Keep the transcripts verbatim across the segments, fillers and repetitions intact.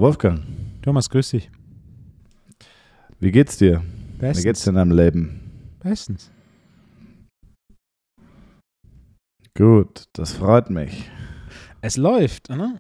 Wolfgang. Thomas, grüß dich. Wie geht's dir? Bestens. Wie geht's dir in deinem Leben? Bestens. Gut, das freut mich. Es läuft, oder?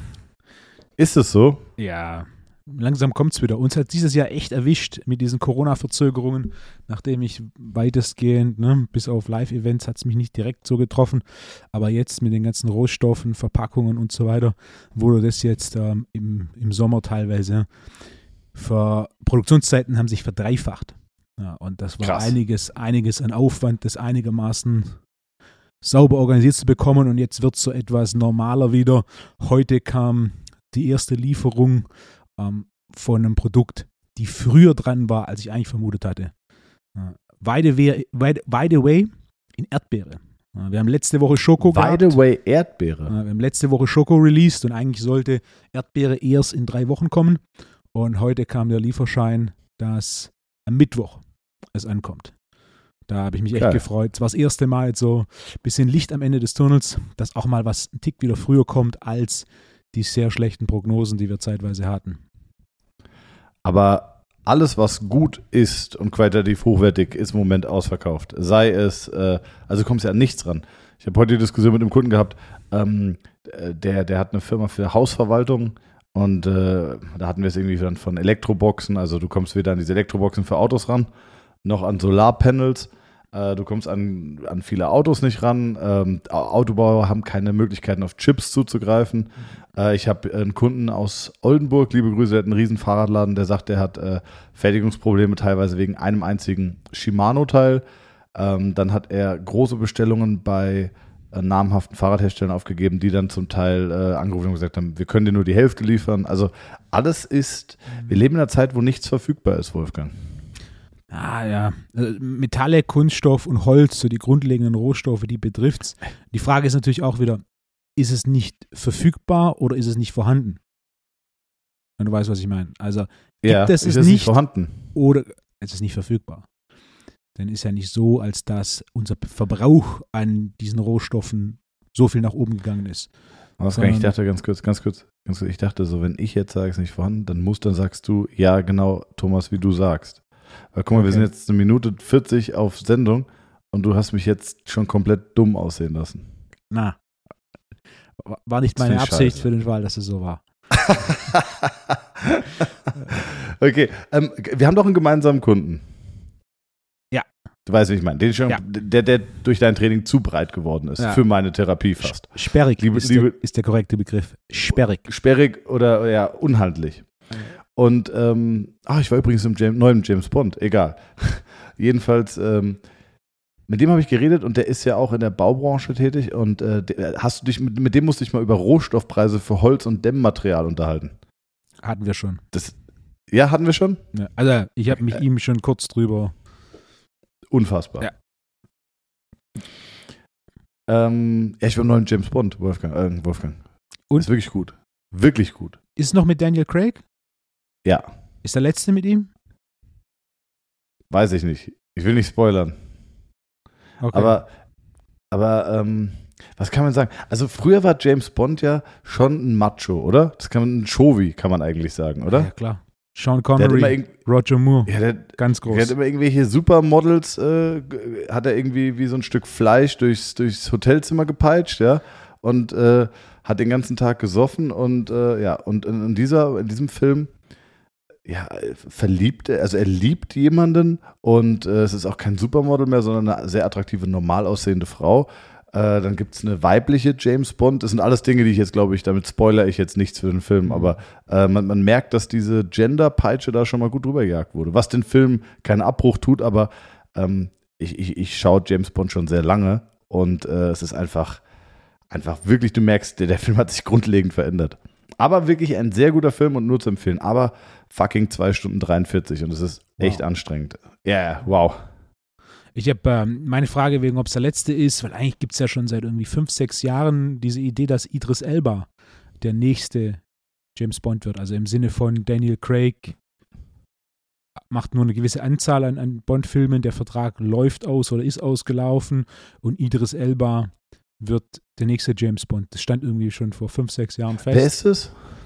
Ist es so? Ja, langsam kommt es wieder. Uns hat dieses Jahr echt erwischt mit diesen Corona-Verzögerungen, nachdem ich weitestgehend, ne, bis auf Live-Events hat es mich nicht direkt so getroffen, aber jetzt mit den ganzen Rohstoffen, Verpackungen und so weiter, wurde das jetzt ähm, im, im Sommer teilweise für Produktionszeiten haben sich verdreifacht. Ja, und das war Krass. einiges, einiges an Aufwand, das einigermaßen sauber organisiert zu bekommen, und jetzt wird es so etwas normaler wieder. Heute kam die erste Lieferung ähm, von einem Produkt, die früher dran war, als ich eigentlich vermutet hatte. Ja. By the way, by the way, in Erdbeere. Ja, wir haben letzte Woche Schoko By gehabt. the way, Erdbeere. Ja, wir haben letzte Woche Schoko released und eigentlich sollte Erdbeere erst in drei Wochen kommen. Und heute kam der Lieferschein, dass am Mittwoch es ankommt. Da habe ich mich echt Geil. gefreut. Es war das erste Mal jetzt so ein bisschen Licht am Ende des Tunnels, dass auch mal was ein Tick wieder früher kommt als die sehr schlechten Prognosen, die wir zeitweise hatten. Aber alles, was gut ist und qualitativ hochwertig, ist im Moment ausverkauft. Sei es, äh, also kommst ja an nichts ran. Ich habe heute die Diskussion mit einem Kunden gehabt, ähm, der, der hat eine Firma für Hausverwaltung und äh, da hatten wir es irgendwie dann von Elektroboxen, also du kommst weder an diese Elektroboxen für Autos ran, noch an Solarpanels. Du kommst an, an viele Autos nicht ran. Ähm, Autobauer haben keine Möglichkeiten, auf Chips zuzugreifen. Äh, ich habe einen Kunden aus Oldenburg, liebe Grüße, der hat einen riesen Fahrradladen, der sagt, der hat äh, Fertigungsprobleme teilweise wegen einem einzigen Shimano-Teil. Ähm, dann hat er große Bestellungen bei äh, namhaften Fahrradherstellern aufgegeben, die dann zum Teil äh, angerufen und gesagt haben, wir können dir nur die Hälfte liefern. Also alles ist, wir leben in einer Zeit, wo nichts verfügbar ist, Wolfgang. Ah ja, Metalle, Kunststoff und Holz, so die grundlegenden Rohstoffe, die betrifft es. Die Frage ist natürlich auch wieder, ist es nicht verfügbar oder ist es nicht vorhanden? Wenn du weißt, was ich meine. Also gibt ja, es ist es es nicht, nicht vorhanden oder es ist nicht verfügbar. Dann ist ja nicht so, als dass unser Verbrauch an diesen Rohstoffen so viel nach oben gegangen ist. Sondern, ich dachte ganz kurz, ganz kurz, ganz kurz, ich dachte so, wenn ich jetzt sage, es ist nicht vorhanden, dann musst, dann sagst du, ja genau, Thomas, wie du sagst. Weil guck mal, okay. Wir sind jetzt eine Minute vierzig auf Sendung und du hast mich jetzt schon komplett dumm aussehen lassen. Na, war nicht meine Absicht für den Fall, dass es so war. Okay, ähm, wir haben doch einen gemeinsamen Kunden. Ja. Du weißt, wie ich meine. Den schon, ja. der, der durch dein Training zu breit geworden ist, ja. Für meine Therapie fast. Sperrig liebe, ist, liebe, der, ist der korrekte Begriff. Sperrig. Sperrig oder ja, unhandlich. Okay. Und, ähm, ach, ich war übrigens im James, neuen James Bond, egal. Jedenfalls, ähm, mit dem habe ich geredet und der ist ja auch in der Baubranche tätig und äh, der, hast du dich, mit, mit dem musste ich mal über Rohstoffpreise für Holz und Dämmmaterial unterhalten. Hatten wir schon. Das, ja, hatten wir schon? Ja, also, ich habe mit äh, ihm schon kurz drüber. Unfassbar. Ja. Ähm, ja, ich war im neuen James Bond, Wolfgang. Äh, Wolfgang. Und? Ist wirklich gut. Wirklich gut. Ist es noch mit Daniel Craig? Ja. Ist der letzte mit ihm? Weiß ich nicht. Ich will nicht spoilern. Okay. Aber, aber ähm, was kann man sagen? Also früher war James Bond ja schon ein Macho, oder? Das kann man, ein Chauvi, kann man eigentlich sagen, oder? Ja, klar. Sean Connery, Roger Moore, ja, der, ganz groß. Der hat immer irgendwelche Supermodels, äh, hat er irgendwie wie so ein Stück Fleisch durchs, durchs Hotelzimmer gepeitscht, ja, und äh, hat den ganzen Tag gesoffen und äh, ja, und in, in, dieser, in diesem Film ja, verliebt er, also er liebt jemanden und äh, es ist auch kein Supermodel mehr, sondern eine sehr attraktive, normal aussehende Frau. Äh, dann gibt es eine weibliche James Bond. Das sind alles Dinge, die ich jetzt, glaube ich, damit spoilere ich jetzt nichts für den Film, aber äh, man, man merkt, dass diese Gender-Peitsche da schon mal gut drüber gejagt wurde. Was den Film keinen Abbruch tut, aber ähm, ich, ich, ich schaue James Bond schon sehr lange und äh, es ist einfach, einfach wirklich, du merkst, der, der Film hat sich grundlegend verändert. Aber wirklich ein sehr guter Film und nur zu empfehlen. Aber fucking zwei Stunden dreiundvierzig und es ist echt wow. anstrengend. Ja, yeah, wow. Ich habe ähm, meine Frage wegen, ob es der letzte ist, weil eigentlich gibt es ja schon seit irgendwie fünf, sechs Jahren diese Idee, dass Idris Elba der nächste James Bond wird. Also im Sinne von Daniel Craig macht nur eine gewisse Anzahl an, an Bond-Filmen, der Vertrag läuft aus oder ist ausgelaufen und Idris Elba wird der nächste James Bond. Das stand irgendwie schon vor fünf, sechs Jahren fest. Wer ist es?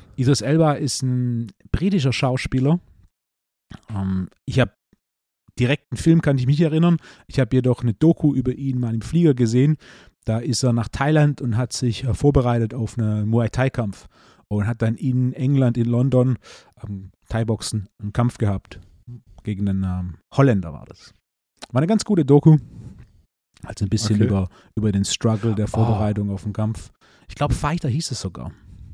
Idris Elba ist ein britischer Schauspieler. Ähm, ich habe direkt einen Film, kann ich mich erinnern. Ich habe jedoch eine Doku über ihn mal im Flieger gesehen. Da ist er nach Thailand und hat sich äh, vorbereitet auf einen Muay Thai-Kampf und hat dann in England, in London, ähm, Thai-Boxen einen Kampf gehabt. Gegen einen ähm, Holländer war das. War eine ganz gute Doku. Also ein bisschen Okay. über, über den Struggle der Vorbereitung oh. auf den Kampf. Ich glaube, Fighter hieß es sogar.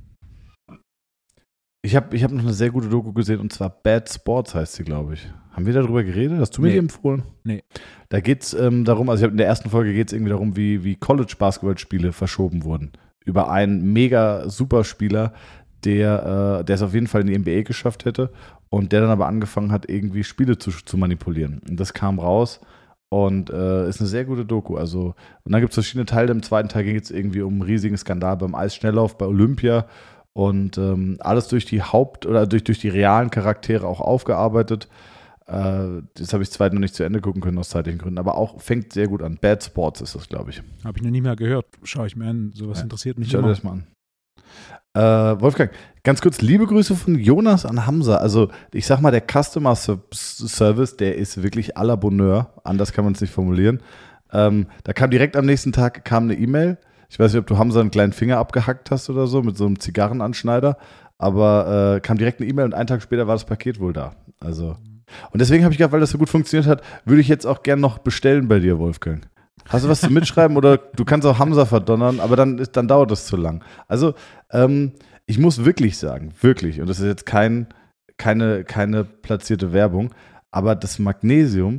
Ich habe ich hab noch eine sehr gute Doku gesehen und zwar Bad Sports heißt sie, glaube ich. Haben wir darüber geredet? Hast du mir Nee. die empfohlen? Nee. Da geht es ähm, darum, also ich hab, in der ersten Folge geht es irgendwie darum, wie, wie College-Basketballspiele verschoben wurden. Über einen mega Superspieler, der äh, der es auf jeden Fall in die N B A geschafft hätte und der dann aber angefangen hat, irgendwie Spiele zu, zu manipulieren. Und das kam raus und äh, ist eine sehr gute Doku. Also, und dann gibt es verschiedene Teile. Im zweiten Teil ging es irgendwie um einen riesigen Skandal beim Eisschnelllauf, bei Olympia. Und ähm, alles durch die Haupt- oder durch, durch die realen Charaktere auch aufgearbeitet. Äh, das habe ich zweit noch nicht zu Ende gucken können aus zeitlichen Gründen, aber auch fängt sehr gut an. Bad Sports ist das, glaube ich. Habe ich noch nie mehr gehört. Schaue ich mir an. Sowas ja. interessiert mich Schau immer. dir das mal an. Äh, Wolfgang, ganz kurz, liebe Grüße von Jonas an Hamza. Also ich sag mal, der Customer Service, der ist wirklich à la Bonheur. Anders kann man es nicht formulieren. Ähm, da kam direkt am nächsten Tag kam eine E-Mail. Ich weiß nicht, ob du Hamza einen kleinen Finger abgehackt hast oder so mit so einem Zigarrenanschneider, aber äh, kam direkt eine E-Mail und einen Tag später war das Paket wohl da. Also und deswegen habe ich gedacht, weil das so gut funktioniert hat, würde ich jetzt auch gern noch bestellen bei dir, Wolfgang. Hast du was zu mitschreiben oder du kannst auch Hamza verdonnern, aber dann, ist, dann dauert das zu lang. Also ähm, ich muss wirklich sagen, wirklich, und das ist jetzt kein, keine, keine platzierte Werbung, aber das Magnesium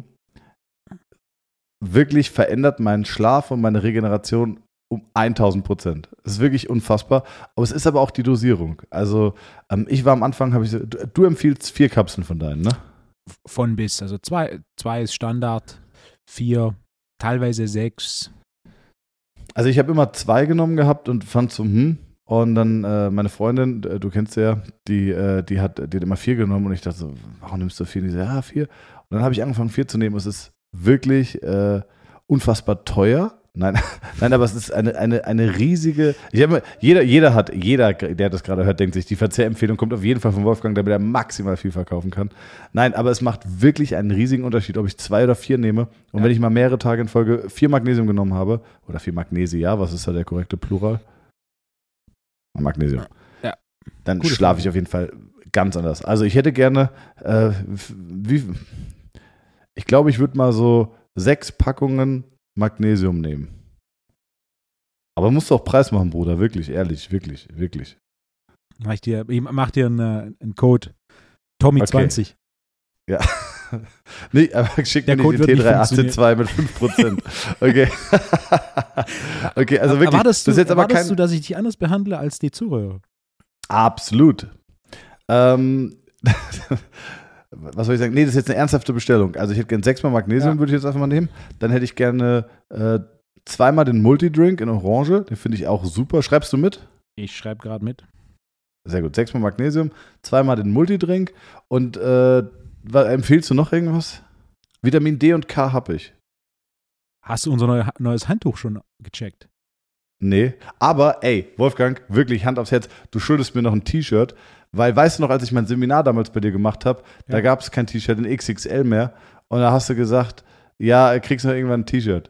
wirklich verändert meinen Schlaf und meine Regeneration um tausend Prozent. Das ist wirklich unfassbar. Aber es ist aber auch die Dosierung. Also ähm, ich war am Anfang, habe ich so, du, du empfiehlst vier Kapseln von deinen, ne? Von bis. Also zwei, zwei ist Standard, vier, teilweise sechs. Also ich habe immer zwei genommen gehabt und fand so, hm. Und dann äh, meine Freundin, du kennst sie ja, die, äh, die, hat, die hat immer vier genommen und ich dachte so, warum nimmst du vier? Und die so, ja, vier. Und dann habe ich angefangen, vier zu nehmen. Es ist wirklich äh, unfassbar teuer. Nein, nein, aber es ist eine, eine, eine riesige. Ich habe jeder, jeder hat, jeder, der das gerade hört, denkt sich, die Verzehrempfehlung kommt auf jeden Fall von Wolfgang, damit er maximal viel verkaufen kann. Nein, aber es macht wirklich einen riesigen Unterschied, ob ich zwei oder vier nehme. Und ja. wenn ich mal mehrere Tage in Folge vier Magnesium genommen habe, oder vier Magnesia, was ist da der korrekte Plural? Magnesium. Ja. Dann schlafe ich auf jeden Fall ganz anders. Also ich hätte gerne, äh, wie, ich glaube, ich würde mal so sechs Packungen Magnesium nehmen. Aber musst du auch Preis machen, Bruder. Wirklich, ehrlich, wirklich, wirklich. Mach ich dir, ich mach dir einen, einen Code. Tommy zwanzig. Okay. Ja. Nee, aber schick Der mir Code nicht den T drei achtzehn zwei mit fünf Prozent. Okay. Okay, also wirklich. Erwartest, du, das ist jetzt aber erwartest kein, du, dass ich dich anders behandle als die Zuhörer? Absolut. Ähm, was soll ich sagen? Nee, das ist jetzt eine ernsthafte Bestellung. Also ich hätte gerne sechsmal Magnesium, ja. würde ich jetzt einfach mal nehmen. Dann hätte ich gerne äh, zweimal den Multidrink in Orange. Den finde ich auch super. Schreibst du mit? Ich schreibe gerade mit. Sehr gut. Sechsmal Magnesium, zweimal den Multidrink. Und äh, was, empfiehlst du noch irgendwas? Vitamin D und K habe ich. Hast du unser neue, neues Handtuch schon gecheckt? Nee, aber ey, Wolfgang, wirklich Hand aufs Herz, du schuldest mir noch ein T-Shirt, weil weißt du noch, als ich mein Seminar damals bei dir gemacht habe, ja. da gab es kein T-Shirt in X X L mehr und da hast du gesagt, ja, kriegst du noch irgendwann ein T-Shirt.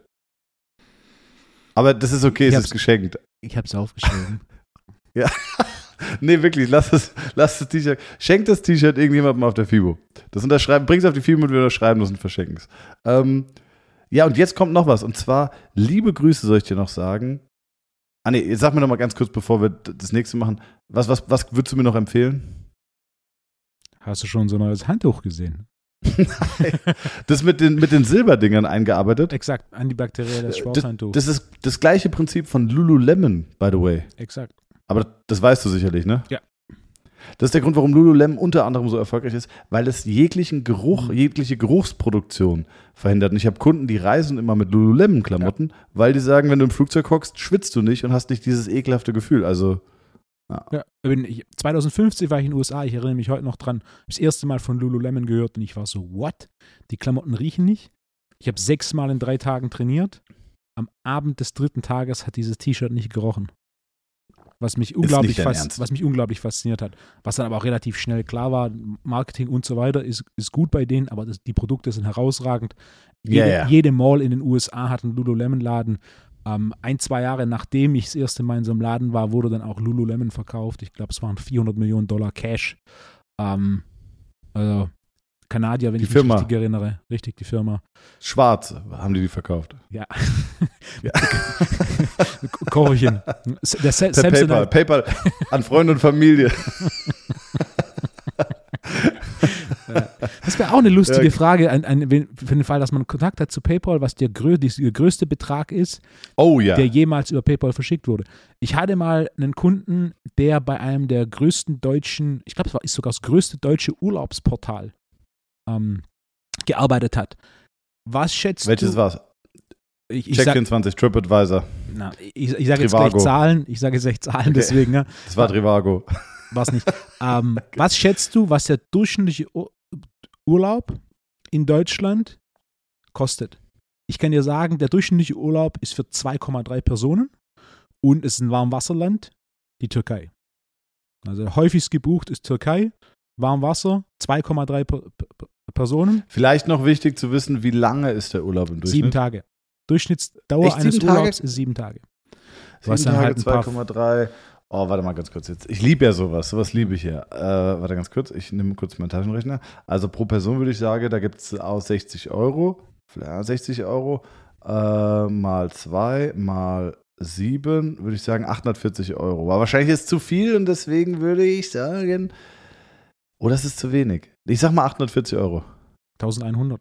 Aber das ist okay, ich es ist geschenkt. Ich hab's aufgeschrieben. Ja, nee, wirklich, lass das, lass das T-Shirt, schenk das T-Shirt irgendjemandem auf der FIBO. Das unterschreiben, bring's auf die FIBO und wir unterschreiben das und verschenken es. Ähm, ja, und jetzt kommt noch was und zwar, liebe Grüße soll ich dir noch sagen. Ah nee, sag mir noch mal ganz kurz, bevor wir das nächste machen. Was, was, was würdest du mir noch empfehlen? Hast du schon so ein neues Handtuch gesehen? Nein. Das mit den, mit den Silberdingern eingearbeitet? Exakt, antibakterielles Sporthandtuch. Das, das ist das gleiche Prinzip von Lululemon, by the way. Exakt. Aber das weißt du sicherlich, ne? Ja. Das ist der Grund, warum Lululemon unter anderem so erfolgreich ist, weil es jeglichen Geruch, jegliche Geruchsproduktion verhindert. Und ich habe Kunden, die reisen immer mit Lululemon-Klamotten, ja. weil die sagen, wenn du im Flugzeug hockst, schwitzt du nicht und hast nicht dieses ekelhafte Gefühl. Also, ja. ja ich, zwanzig fünfzehn war ich in den U S A, ich erinnere mich heute noch dran, habe das erste Mal von Lululemon gehört und ich war so, what? Die Klamotten riechen nicht. Ich habe sechsmal in drei Tagen trainiert. Am Abend des dritten Tages hat dieses T-Shirt nicht gerochen. was mich unglaublich, nicht dein fas- Ernst. was mich unglaublich fasziniert hat. Was dann aber auch relativ schnell klar war, Marketing und so weiter ist, ist gut bei denen, aber das, die Produkte sind herausragend. Jede, Ja, ja. jede Mall in den U S A hat einen Lululemon-Laden. Ähm, ein, zwei Jahre nachdem ich das erste Mal in so einem Laden war, wurde dann auch Lululemon verkauft. Ich glaube, es waren vierhundert Millionen Dollar Cash. Ähm, also Kanadier, wenn Die ich Firma. mich richtig erinnere. Richtig, die Firma. Schwarz haben die die verkauft. Ja. Korchen. Der Sa- Per Samsonite, PayPal. PayPal an Freunde und Familie. Das wäre auch eine lustige Ja. Frage, an, an, wenn- für den Fall, dass man Kontakt hat zu PayPal, was der, grö der größte Betrag ist, Oh ja. der jemals über PayPal verschickt wurde. Ich hatte mal einen Kunden, der bei einem der größten deutschen, ich glaube, es war ist sogar das größte deutsche Urlaubsportal ähm, gearbeitet hat. Was schätzt Welches du? war's? Ich, ich Check sag, vierundzwanzig, TripAdvisor. na, ich, ich sage jetzt Trivago. gleich Zahlen. Ich sage jetzt gleich Zahlen, Okay. deswegen. Ne? Das war Trivago. War es nicht. Ähm, was schätzt du, was der durchschnittliche Ur Urlaub in Deutschland kostet? Ich kann dir sagen, der durchschnittliche Urlaub ist für zwei Komma drei Personen und es ist ein Warmwasserland, die Türkei. Also häufigst gebucht ist Türkei, Warmwasser, zwei Komma drei per, per, Personen, Vielleicht noch wichtig zu wissen, wie lange ist der Urlaub im Durchschnitt? sieben Tage. Durchschnittsdauer Echt, eines sieben Tage? Urlaubs ist sieben Tage. Sieben Was dann Tage, halt ein paar- zwei Komma drei. Oh, warte mal ganz kurz jetzt. Ich liebe ja sowas. Sowas liebe ich ja. Äh, warte ganz kurz. Ich nehme kurz meinen Taschenrechner. Also pro Person würde ich sagen, da gibt es aus sechzig Euro. Ja, sechzig Euro äh, mal zwei mal sieben, würde ich sagen achthundertvierzig Euro. Aber wahrscheinlich ist es zu viel und deswegen würde ich sagen, oh, das ist zu wenig. Ich sag mal achthundertvierzig Euro. eintausendeinhundert.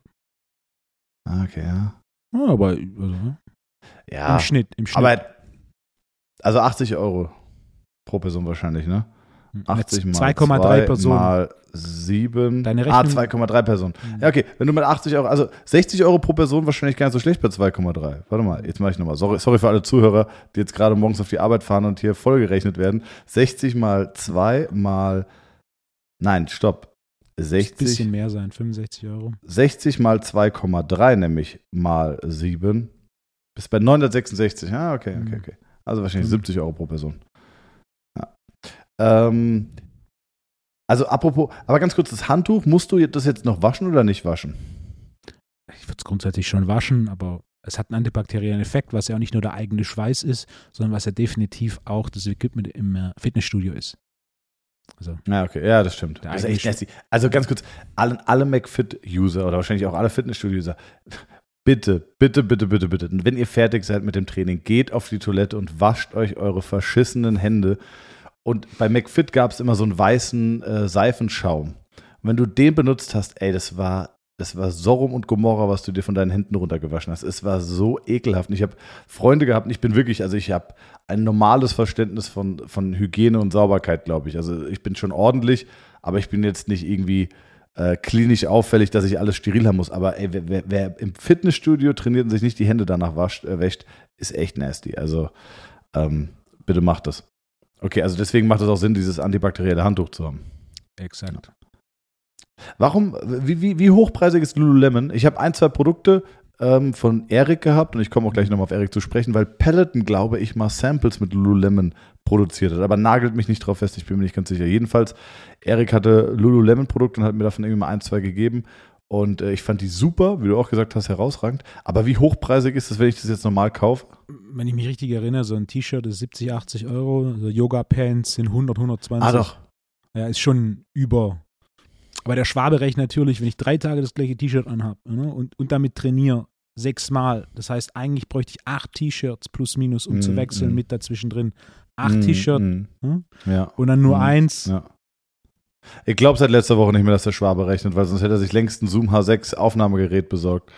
Ah, okay, ja. Ja, aber also, Ja, im Schnitt. Im Schnitt. aber also achtzig Euro pro Person wahrscheinlich, ne? achtzig mal zwei Komma drei zwei Personen. mal sieben. Deine Ah, Rechnung- zwei Komma drei Personen. Mhm. Ja, okay. Wenn du mit achtzig Euro, also sechzig Euro pro Person wahrscheinlich gar nicht so schlecht bei zwei Komma drei. Warte mal, jetzt mache ich nochmal. Sorry, sorry für alle Zuhörer, die jetzt gerade morgens auf die Arbeit fahren und hier vollgerechnet werden. sechzig mal zwei mal, nein, stopp. Ein sechzig, bisschen mehr sein, fünfundsechzig Euro. sechzig mal zwei Komma drei, nämlich mal sieben. Bis bei neunhundertsechsundsechzig. Ah, okay, okay, Mhm. okay. Also wahrscheinlich Mhm. siebzig Euro pro Person. Ja. Ähm, also apropos, aber ganz kurz, das Handtuch, musst du das jetzt noch waschen oder nicht waschen? Ich würde es grundsätzlich schon waschen, aber es hat einen antibakteriellen Effekt, was ja auch nicht nur der eigene Schweiß ist, sondern was ja definitiv auch das Equipment im äh, Fitnessstudio ist. Also, Ja, okay, ja, das stimmt. Der Das ist echt eigene nasty. Also ganz kurz, alle, alle McFit-User oder wahrscheinlich auch alle Fitnessstudio-User, bitte, bitte, bitte, bitte, bitte, wenn ihr fertig seid mit dem Training, geht auf die Toilette und wascht euch eure verschissenen Hände. Und bei McFit gab es immer so einen weißen äh, Seifenschaum. Und wenn du den benutzt hast, ey, das war, das war Sodom und Gomorra, was du dir von deinen Händen runtergewaschen hast. Es war so ekelhaft. Und ich habe Freunde gehabt, und ich bin wirklich, also ich habe ein normales Verständnis von, von Hygiene und Sauberkeit, glaube ich. Also ich bin schon ordentlich, aber ich bin jetzt nicht irgendwie äh, klinisch auffällig, dass ich alles steril haben muss. Aber ey, wer, wer, wer im Fitnessstudio trainiert und sich nicht die Hände danach wascht, äh, wäscht, ist echt nasty. Also ähm, bitte macht das. Okay, also deswegen macht es auch Sinn, dieses antibakterielle Handtuch zu haben. exakt. Warum, wie, wie, wie hochpreisig ist Lululemon? Ich habe ein, zwei Produkte ähm, von Eric gehabt und ich komme auch gleich nochmal auf Eric zu sprechen, weil Peloton, glaube ich, mal Samples mit Lululemon produziert hat. Aber nagelt mich nicht drauf fest, ich bin mir nicht ganz sicher. Jedenfalls, Eric hatte Lululemon-Produkte und hat mir davon irgendwie mal ein, zwei gegeben. Und äh, ich fand die super, wie du auch gesagt hast, herausragend. Aber wie hochpreisig ist das, wenn ich das jetzt normal kaufe? Wenn ich mich richtig erinnere, so ein T-Shirt ist siebzig, achtzig Euro, also Yoga-Pants sind hundert, hundertzwanzig. Ah doch. Ja, ist schon über. Aber der Schwabe rechnet natürlich, wenn ich drei Tage das gleiche T-Shirt anhabe, ne, und, und damit trainiere, sechsmal. Das heißt, eigentlich bräuchte ich acht T-Shirts plus minus, um Mm, zu wechseln mm. mit dazwischen drin. Acht Mm, T-Shirts mm. hm? Ja. und dann nur Mm. eins. Ja. Ich glaube seit letzter Woche nicht mehr, dass der Schwabe rechnet, weil sonst hätte er sich längst ein Zoom H sechs Aufnahmegerät besorgt.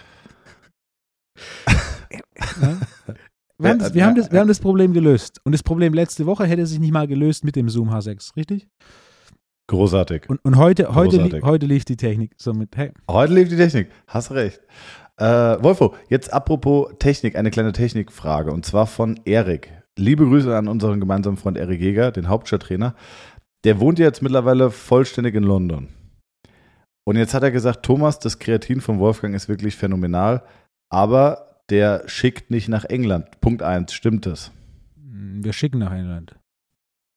Ne? Wir, haben das, wir, haben das, wir haben das Problem gelöst. Und das Problem letzte Woche hätte sich nicht mal gelöst mit dem Zoom H sechs, richtig? Großartig. Und, und heute, heute, li Großartig. heute lief die Technik. Somit, hey, Heute lief die Technik. Hast recht. Äh, Wolfo, jetzt apropos Technik, eine kleine Technikfrage. Und zwar von Erik. Liebe Grüße an unseren gemeinsamen Freund Erik Jäger, den Hauptstadttrainer. Der wohnt ja jetzt mittlerweile vollständig in London. Und jetzt hat er gesagt, Thomas, das Kreatin von Wolfgang ist wirklich phänomenal, aber der schickt nicht nach England. Punkt eins, stimmt das? wir schicken nach England.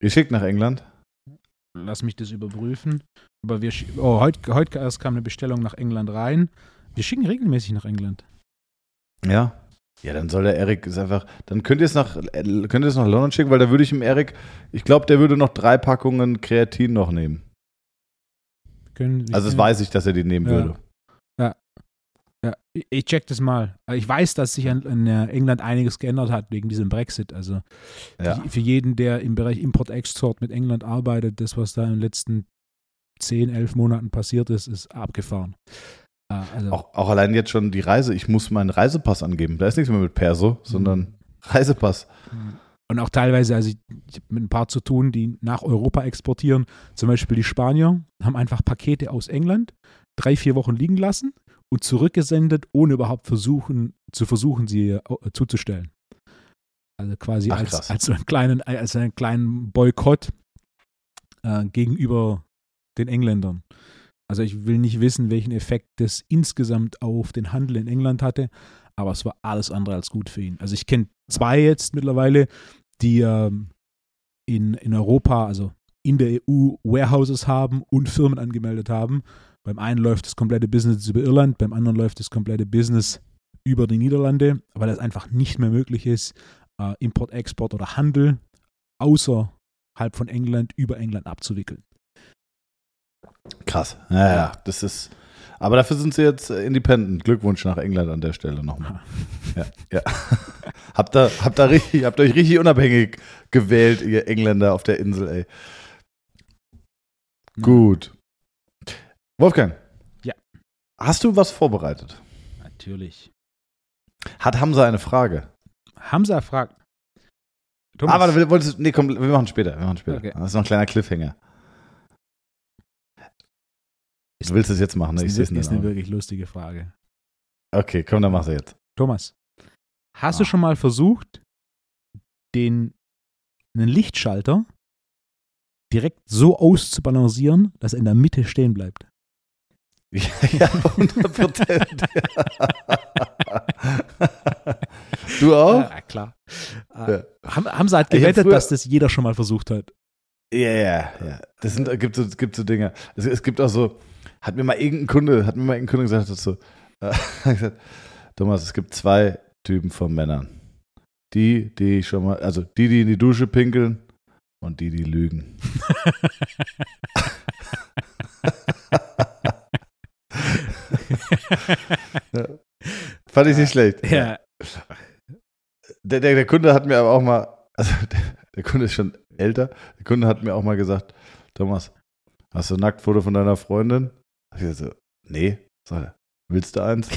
Geschickt nach England? Lass mich das überprüfen. Aber wir, sch- oh, heute, heute erst kam eine Bestellung nach England rein. Wir schicken regelmäßig nach England. Ja. Ja, dann soll der Erik ist einfach, dann könnt ihr es nach, äh, könnt ihr es nach London schicken, weil da würde ich dem Erik, ich glaube, der würde noch drei Packungen Kreatin noch nehmen. Können, Also das weiß ich, dass er die nehmen Ja. würde. Ja, ich- ich check das mal. Ich weiß, dass sich an, an äh, England einiges geändert hat wegen diesem Brexit. Also Ja. für, für jeden, der im Bereich Import-Export mit England arbeitet, das, was da in den letzten zehn, elf Monaten passiert ist, ist abgefahren. Äh, Also, Auch, auch allein jetzt schon die Reise, ich muss meinen Reisepass angeben. Da ist nichts mehr mit Perso, sondern Reisepass. und auch teilweise, also ich, ich habe mit ein paar zu tun, die nach Europa exportieren. Zum Beispiel die Spanier haben einfach Pakete aus England drei, vier Wochen liegen lassen und zurückgesendet, ohne überhaupt versuchen, zu versuchen, sie äh, zuzustellen. Also quasi Ach, als, krass. als, so einen kleinen, als einen kleinen Boykott äh, gegenüber den Engländern. Also ich will nicht wissen, welchen Effekt das insgesamt auf den Handel in England hatte, aber es war alles andere als gut für ihn. Also ich kenne zwei jetzt mittlerweile, die ähm, in, in Europa, also in der E U, Warehouses haben und Firmen angemeldet haben. Beim einen läuft das komplette Business über Irland, beim anderen läuft das komplette Business über die Niederlande, weil das einfach nicht mehr möglich ist, äh, Import, Export oder Handel außerhalb von England über England abzuwickeln. Krass. Ja, ja, ja, das ist. Aber dafür sind sie jetzt äh, independent. Glückwunsch nach England an der Stelle nochmal. Ja, ja. habt, ihr, habt, ihr richtig, habt euch richtig unabhängig gewählt, ihr Engländer auf der Insel, ey. Gut. Wolfgang. Ja. Hast du was vorbereitet? Natürlich. Hat Hamza eine Frage? Hamza fragt. Thomas, Ah, warte, wolltest du, nee, komm, wir machen später. Wir machen später. Okay. Das ist noch ein kleiner Cliffhanger. Ist- Du willst es jetzt machen, ne? Ich ist, sehe es eine, ist nicht. eine wirklich lustige Frage. Okay, komm, dann mach sie jetzt. Thomas, hast Ah. du schon mal versucht, den einen Lichtschalter direkt so auszubalancieren, dass er in der Mitte stehen bleibt? Ja, ja, hundert Prozent. Du auch? Ja, klar. Ja. Äh, Ham- Hamza hat Ich hab gewettet, früher- dass das jeder schon mal versucht hat. Ja, ja, ja. Das sind, gibt so, gibt so Dinge. Es, es gibt auch so, hat mir mal irgendein Kunde, hat mir mal irgendein Kunde gesagt, hat so, äh, hat gesagt, Thomas, es gibt zwei Typen von Männern. Die, die schon mal, also die, die in die Dusche pinkeln und die, die lügen. Ja. Fand ich nicht schlecht. Ja, Der, der, der Kunde hat mir aber auch mal, also der, der Kunde ist schon älter, der Kunde hat mir auch mal gesagt, Thomas, hast du ein Nacktfoto von deiner Freundin? Ich so, nee. Sag er, willst du eins?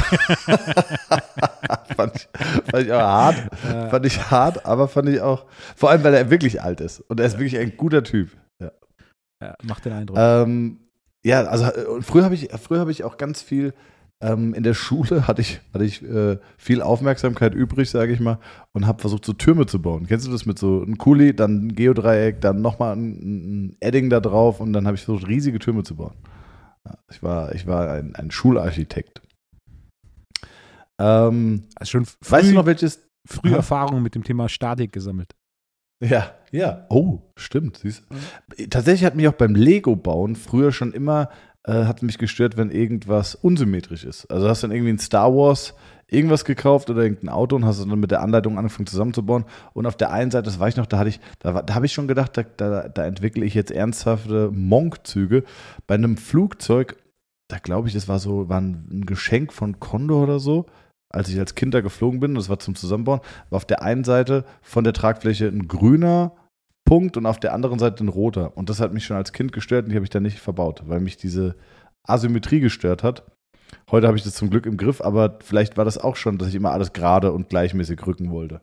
fand, ich, fand ich auch hart. äh, Fand ich hart, aber fand ich auch, vor allem, weil er wirklich alt ist. Und er ist wirklich ein guter Typ. Ja, ja, macht den Eindruck. ähm, ja also äh, früher habe ich, früher habe ich auch ganz viel, ähm, in der Schule hatte ich, hatte ich äh, viel Aufmerksamkeit übrig, sage ich mal, und habe versucht, so Türme zu bauen. Kennst du das mit so einem Kuli, dann ein Geodreieck, dann nochmal ein, ein Edding da drauf und dann habe ich versucht, riesige Türme zu bauen. Ja, ich war, ich war ein, ein Schularchitekt. Ähm, Also schon früh, weißt du noch, welches? früh Aha. Erfahrungen mit dem Thema Statik gesammelt. Ja, ja. Oh, stimmt. Siehst du. Tatsächlich hat mich auch beim Lego-Bauen früher schon immer, äh, hat mich gestört, wenn irgendwas unsymmetrisch ist. Also hast du dann irgendwie ein Star Wars irgendwas gekauft oder irgendein Auto und hast dann mit der Anleitung angefangen zusammenzubauen. Und auf der einen Seite, das weiß ich noch, da hatte ich, da, war- da habe ich schon gedacht, da, da, da entwickle ich jetzt ernsthafte Monk-Züge. Bei einem Flugzeug, da glaube ich, das war so, war ein, ein Geschenk von Condor oder so, als ich als Kind da geflogen bin, das war zum Zusammenbauen, war auf der einen Seite von der Tragfläche ein grüner Punkt und auf der anderen Seite ein roter. Und das hat mich schon als Kind gestört und die habe ich dann nicht verbaut, weil mich diese Asymmetrie gestört hat. Heute habe ich das zum Glück im Griff, aber vielleicht war das auch schon, dass ich immer alles gerade und gleichmäßig rücken wollte.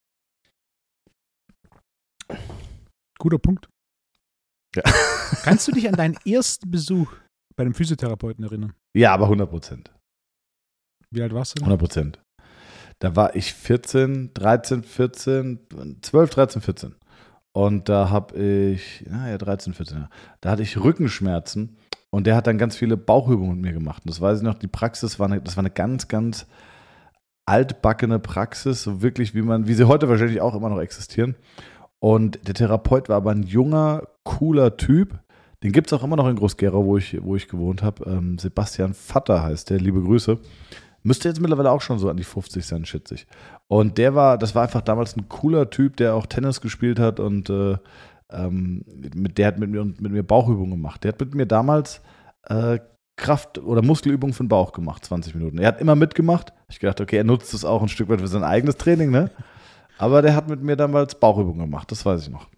Guter Punkt. Ja. Kannst du dich an deinen ersten Besuch bei dem Physiotherapeuten erinnern? Ja, aber hundert Prozent. Wie alt warst du? denn? hundert Prozent. Da war ich vierzehn, dreizehn, vierzehn, zwölf, dreizehn, vierzehn. Und da habe ich, naja, dreizehn, vierzehn, ja. Da hatte ich Rückenschmerzen und der hat dann ganz viele Bauchübungen mit mir gemacht. Und das weiß ich noch, die Praxis war eine, das war eine ganz, ganz altbackene Praxis, so wirklich, wie man, wie sie heute wahrscheinlich auch immer noch existieren. Und der Therapeut war aber ein junger, cooler Typ. Den gibt es auch immer noch in Groß-Gerau, wo ich, wo ich gewohnt habe. Ähm, Sebastian Vatter heißt der, liebe Grüße. Müsste jetzt mittlerweile auch schon so an die fünfzig sein, schätze ich. Und der war, das war einfach damals ein cooler Typ, der auch Tennis gespielt hat und äh, ähm, mit, der hat mit mir, mit mir Bauchübungen gemacht. Der hat mit mir damals äh, Kraft- oder Muskelübungen für den Bauch gemacht, zwanzig Minuten. Er hat immer mitgemacht. Ich gedacht, okay, er nutzt es auch ein Stück weit für sein eigenes Training, ne? Aber der hat mit mir damals Bauchübungen gemacht, das weiß ich noch.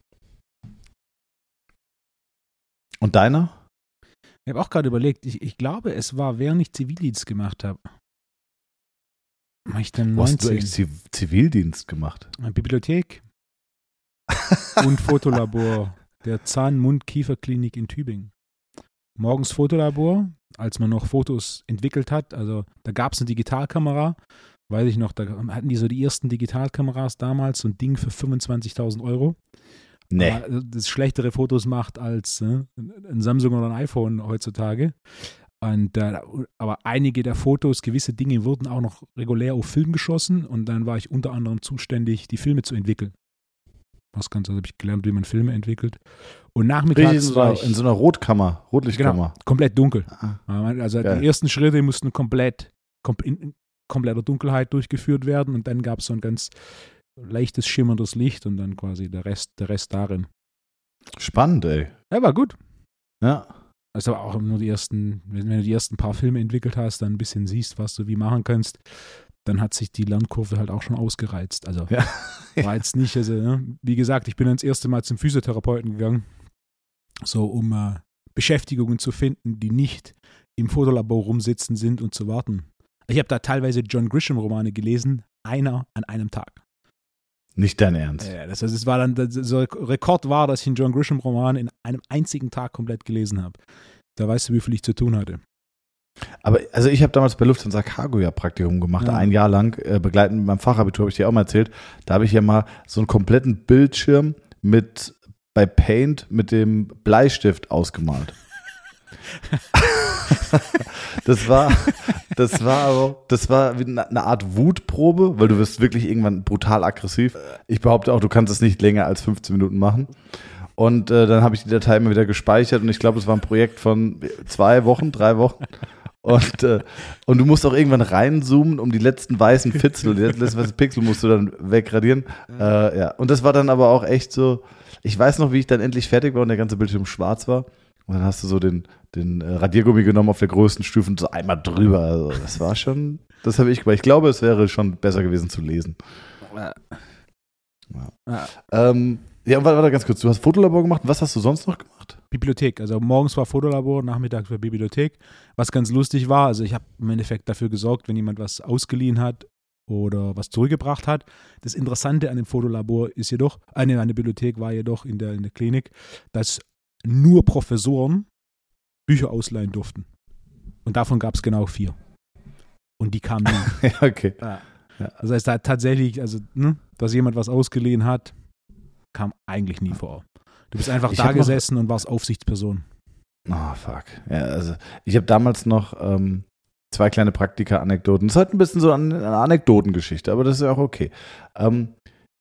Und deiner? Ich habe auch gerade überlegt, ich, ich glaube, es war, während ich Zivildienst gemacht habe. War ich dann Wo hast du neunzehn? eigentlich Ziv- Zivildienst gemacht? Bibliothek und Fotolabor der Zahn-Mund-Kiefer-Klinik in Tübingen. Morgens Fotolabor, als man noch Fotos entwickelt hat. Also da gab es eine Digitalkamera, weiß ich noch, da hatten die so die ersten Digitalkameras damals, so ein Ding für fünfundzwanzigtausend Euro. Nee. Aber das schlechtere Fotos macht als äh, ein Samsung oder ein iPhone heutzutage. Und, äh, aber einige der Fotos, gewisse Dinge wurden auch noch regulär auf Film geschossen und dann war ich unter anderem zuständig, die Filme zu entwickeln. Was ganz, also habe ich gelernt, wie man Filme entwickelt. Und nachmittags in so, war einer, ich in so einer Rotkammer, Rotlichtkammer. genau, komplett dunkel. Ah, Also geil. die ersten Schritte mussten komplett kom in kompletter Dunkelheit durchgeführt werden und dann gab es so ein ganz leichtes schimmerndes Licht und dann quasi der Rest, der Rest darin. Spannend, ey. Ja, war gut. Ja. Also auch nur die ersten, wenn du die ersten paar Filme entwickelt hast, dann ein bisschen siehst, was du wie machen kannst, dann hat sich die Lernkurve halt auch schon ausgereizt. Also Ja. war jetzt nicht, also ne, wie gesagt, ich bin dann das erste Mal zum Physiotherapeuten gegangen, so um äh, Beschäftigungen zu finden, die nicht im Fotolabor rumsitzen sind und zu warten. Ich habe da teilweise John Grisham-Romane gelesen, einer an einem Tag. Nicht dein Ernst. Ja, das, also es war dann, der so Rekord war, dass ich einen John Grisham-Roman in einem einzigen Tag komplett gelesen habe. Da weißt du, wie viel ich zu tun hatte. Aber also ich habe damals bei Lufthansa Cargo ja Praktikum gemacht, Ja. ein Jahr lang, äh, begleitend mit meinem Fachabitur, habe ich dir auch mal erzählt. Da habe ich ja mal so einen kompletten Bildschirm mit bei Paint mit dem Bleistift ausgemalt. Das war, das war aber, das war wie eine Art Wutprobe, weil du wirst wirklich irgendwann brutal aggressiv. Ich behaupte auch, du kannst es nicht länger als fünfzehn Minuten machen. Und äh, dann habe ich die Datei immer wieder gespeichert und ich glaube, es war ein Projekt von zwei Wochen, drei Wochen. Und, äh, und du musst auch irgendwann reinzoomen, um die letzten weißen Fitzel, die letzten weißen Pixel musst du dann wegradieren. Äh, ja. Und das war dann aber auch echt so, ich weiß noch, wie ich dann endlich fertig war und der ganze Bildschirm schwarz war. Und dann hast du so den, den äh, Radiergummi genommen auf der größten Stufe und so einmal drüber. Also das war schon, das habe ich gemacht. Ich glaube, es wäre schon besser gewesen zu lesen. Ja. Ja. Ja. Ähm, ja, warte, warte ganz kurz. Du hast Fotolabor gemacht. Was hast du sonst noch gemacht? Bibliothek. Also morgens war Fotolabor, nachmittags war Bibliothek. Was ganz lustig war, also ich habe im Endeffekt dafür gesorgt, wenn jemand was ausgeliehen hat oder was zurückgebracht hat. Das Interessante an dem Fotolabor ist jedoch, äh, nee, an der Bibliothek war jedoch in der, in der Klinik, dass nur Professoren Bücher ausleihen durften. Und davon gab es genau vier. Und die kamen nie. Ja, okay. Ja. Ja. Das heißt, da tatsächlich, also, ne, dass jemand was ausgeliehen hat, kam eigentlich nie vor. Du bist einfach Ich da hab noch- gesessen und warst Aufsichtsperson. Oh, fuck. Ja, also ich habe damals noch ähm, zwei kleine Praktika-Anekdoten. Das ist halt ein bisschen so eine, eine Anekdotengeschichte, aber das ist ja auch okay. Ähm,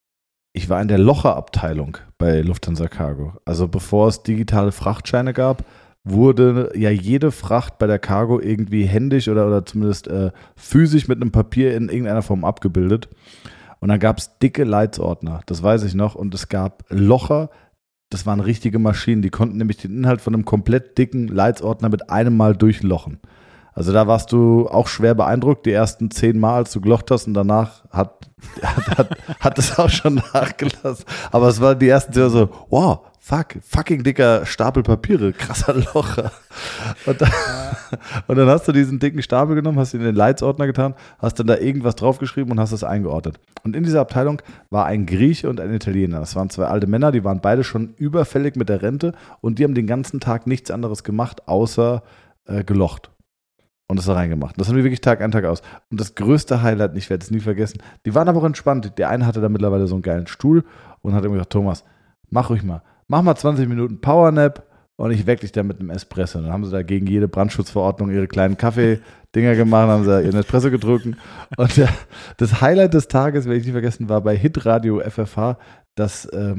ich war in der Locher-Abteilung bei Lufthansa Cargo. Also bevor es digitale Frachtscheine gab, wurde ja jede Fracht bei der Cargo irgendwie händisch oder, oder zumindest äh, physisch mit einem Papier in irgendeiner Form abgebildet. Und dann gab es dicke Leitsordner, das weiß ich noch. Und es gab Locher, das waren richtige Maschinen, die konnten nämlich den Inhalt von einem komplett dicken Leitsordner mit einem Mal durchlochen. Also da warst du auch schwer beeindruckt, die ersten zehn Mal, als du gelocht hast und danach hat, hat, hat, hat es auch schon nachgelassen. Aber es war die ersten zehn so, wow, fuck, fucking dicker Stapel Papiere, krasser Locher. Und dann, und dann hast du diesen dicken Stapel genommen, hast ihn in den Leitsordner getan, hast dann da irgendwas draufgeschrieben und hast es eingeordnet. Und in dieser Abteilung war ein Grieche und ein Italiener. Das waren zwei alte Männer, die waren beide schon überfällig mit der Rente und die haben den ganzen Tag nichts anderes gemacht, außer äh, gelocht. Und das da reingemacht. Das haben die wirklich Tag ein, Tag aus. Und das größte Highlight, ich werde es nie vergessen, die waren aber auch entspannt. Der eine hatte da mittlerweile so einen geilen Stuhl und hat ihm gesagt, Thomas, mach ruhig mal. Mach mal zwanzig Minuten Powernap und ich weck dich da mit einem Espresso. Und dann haben sie da gegen jede Brandschutzverordnung ihre kleinen Kaffee-Dinger gemacht, haben sie ihren Espresso getrunken. Und der, das Highlight des Tages, werde ich nicht vergessen, war bei Hitradio F F H, dass ähm,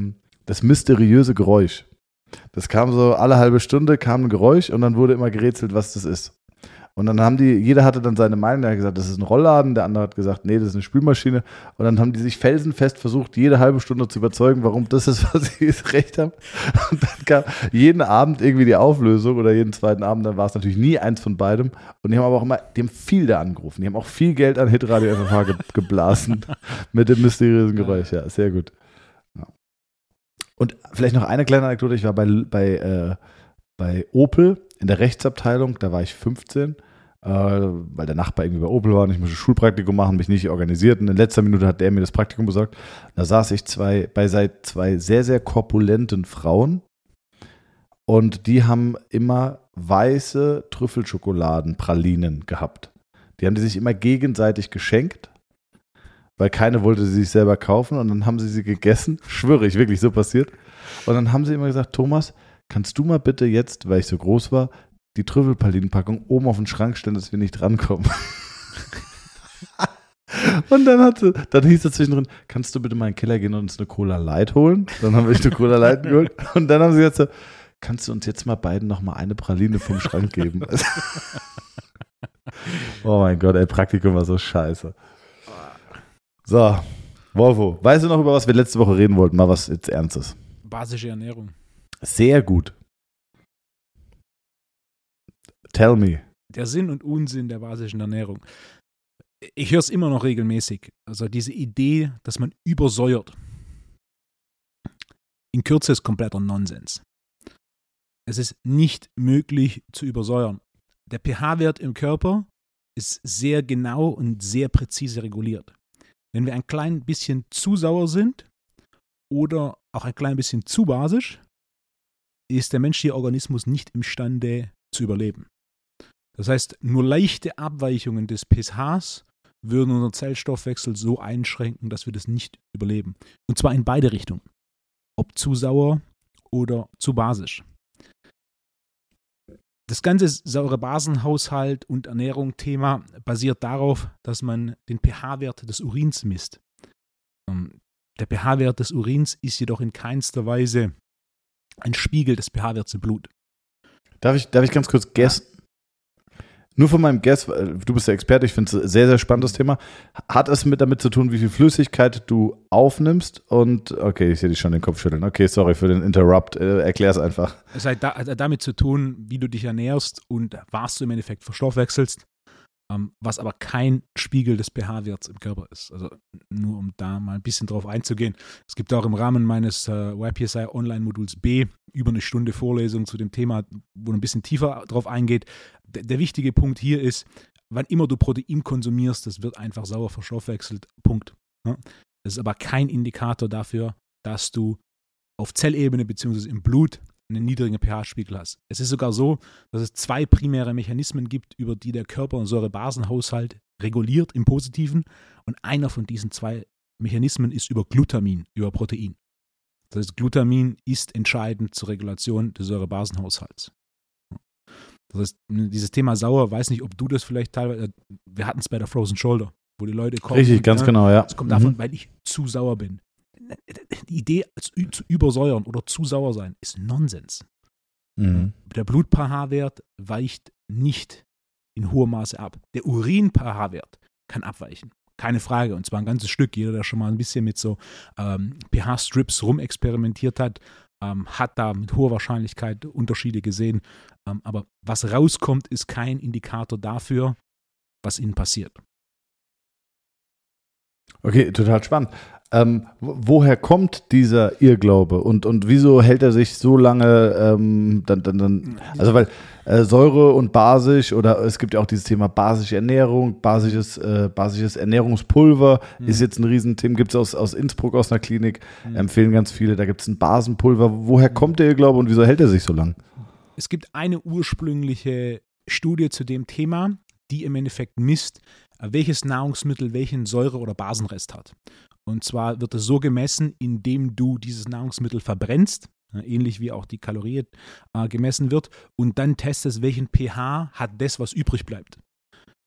das mysteriöse Geräusch. Das kam so alle halbe Stunde, kam ein Geräusch und dann wurde immer gerätselt, was das ist. Und dann haben die, jeder hatte dann seine Meinung, der hat gesagt, das ist ein Rollladen, der andere hat gesagt, nee, das ist eine Spülmaschine. Und dann haben die sich felsenfest versucht, jede halbe Stunde zu überzeugen, warum das ist, was sie recht haben. Und dann kam jeden Abend irgendwie die Auflösung oder jeden zweiten Abend, dann war es natürlich nie eins von beidem. Und die haben aber auch immer, die haben viel da angerufen. Die haben auch viel Geld an Hitradio F F H ge- geblasen mit dem mysteriösen Geräusch. Ja, sehr gut. Ja. Und vielleicht noch eine kleine Anekdote, ich war bei, bei, äh, bei Opel in der Rechtsabteilung, da war ich fünfzehn, äh, weil der Nachbar irgendwie bei Opel war und ich musste Schulpraktikum machen, mich nicht organisiert und in letzter Minute hat der mir das Praktikum besorgt. Da saß ich zwei, bei seit zwei sehr, sehr korpulenten Frauen und die haben immer weiße Trüffelschokoladenpralinen gehabt. Die haben die sich immer gegenseitig geschenkt, weil keine wollte sie sich selber kaufen und dann haben sie sie gegessen. Schwöre ich, wirklich so passiert. Und dann haben sie immer gesagt, Thomas, kannst du mal bitte jetzt, weil ich so groß war, die Trüffelpralinenpackung oben auf den Schrank stellen, dass wir nicht drankommen. Und dann, hat sie, dann hieß es zwischendrin, kannst du bitte mal in den Keller gehen und uns eine Cola Light holen? Dann haben wir eine Cola Light geholt. Und dann haben sie gesagt, kannst du uns jetzt mal beiden noch mal eine Praline vom Schrank geben? Oh mein Gott, ey, Praktikum war so scheiße. So, Wolfo, weißt du noch, über was wir letzte Woche reden wollten? Mal was jetzt Ernstes. Basische Ernährung. Sehr gut. Tell me. Der Sinn und Unsinn der basischen Ernährung. Ich höre es immer noch regelmäßig. Also diese Idee, dass man übersäuert. In Kürze ist kompletter Nonsens. Es ist nicht möglich zu übersäuern. Der pH-Wert im Körper ist sehr genau und sehr präzise reguliert. Wenn wir ein klein bisschen zu sauer sind oder auch ein klein bisschen zu basisch, ist der menschliche Organismus nicht imstande zu überleben. Das heißt, nur leichte Abweichungen des pHs würden unseren Zellstoffwechsel so einschränken, dass wir das nicht überleben. Und zwar in beide Richtungen. Ob zu sauer oder zu basisch. Das ganze Säure-Basen-Haushalt und Ernährung-Thema basiert darauf, dass man den pH-Wert des Urins misst. Der pH-Wert des Urins ist jedoch in keinster Weise ein Spiegel des pH-Werts im Blut. Darf ich, darf ich ganz kurz guessen? Nur von meinem Guess, du bist der Experte, ich finde es ein sehr, sehr spannendes Thema. Hat es mit damit zu tun, wie viel Flüssigkeit du aufnimmst? Und, okay, ich sehe dich schon den Kopf schütteln. Okay, sorry für den Interrupt. Äh, Erklär es einfach. Es hat, da, hat damit zu tun, wie du dich ernährst und was du im Endeffekt verstoffwechselst, ähm, was aber kein Spiegel des pH-Werts im Körper ist. Also nur um da mal ein bisschen drauf einzugehen. Es gibt auch im Rahmen meines äh, Y P S I Online-Moduls B über eine Stunde Vorlesung zu dem Thema, wo ein bisschen tiefer drauf eingeht. D- der wichtige Punkt hier ist, wann immer du Protein konsumierst, das wird einfach sauer verstoffwechselt. Punkt. Ja? Das ist aber kein Indikator dafür, dass du auf Zellebene bzw. im Blut einen niedrigen pH-Spiegel hast. Es ist sogar so, dass es zwei primäre Mechanismen gibt, über die der Körper- und Säure-Basen-Haushalt reguliert im Positiven. Und einer von diesen zwei Mechanismen ist über Glutamin, über Protein. Das heißt, Glutamin ist entscheidend zur Regulation des Säure-Basen-Haushalts. Das heißt, dieses Thema sauer, weiß nicht, ob du das vielleicht teilweise, wir hatten es bei der Frozen Shoulder, wo die Leute kommen. Richtig, ganz ja, genau, ja. Es kommt davon, mhm. weil ich zu sauer bin. Die Idee, zu übersäuern oder zu sauer sein, ist Nonsens. Mhm. Der Blut-pH-Wert weicht nicht in hohem Maße ab. Der Urin-pH-Wert kann abweichen. Keine Frage. Und zwar ein ganzes Stück. Jeder, der schon mal ein bisschen mit so ähm, pH-Strips rumexperimentiert hat, ähm, hat da mit hoher Wahrscheinlichkeit Unterschiede gesehen. Ähm, aber was rauskommt, ist kein Indikator dafür, was ihnen passiert. Okay, total spannend. Ähm, woher kommt dieser Irrglaube und, und wieso hält er sich so lange ähm, dann, dann, dann, also weil äh, Säure und basisch oder es gibt ja auch dieses Thema basische Ernährung, basisches, äh, basisches Ernährungspulver mhm. ist jetzt ein Riesenthema, gibt es aus, aus Innsbruck aus einer Klinik, mhm. empfehlen ganz viele, da gibt es ein Basenpulver. Woher kommt der Irrglaube und wieso hält er sich so lang? Es gibt eine ursprüngliche Studie zu dem Thema, die im Endeffekt misst, welches Nahrungsmittel welchen Säure- oder Basenrest hat. Und zwar wird es so gemessen, indem du dieses Nahrungsmittel verbrennst, ähnlich wie auch die Kalorie äh, gemessen wird, und dann testest, welchen pH hat das, was übrig bleibt.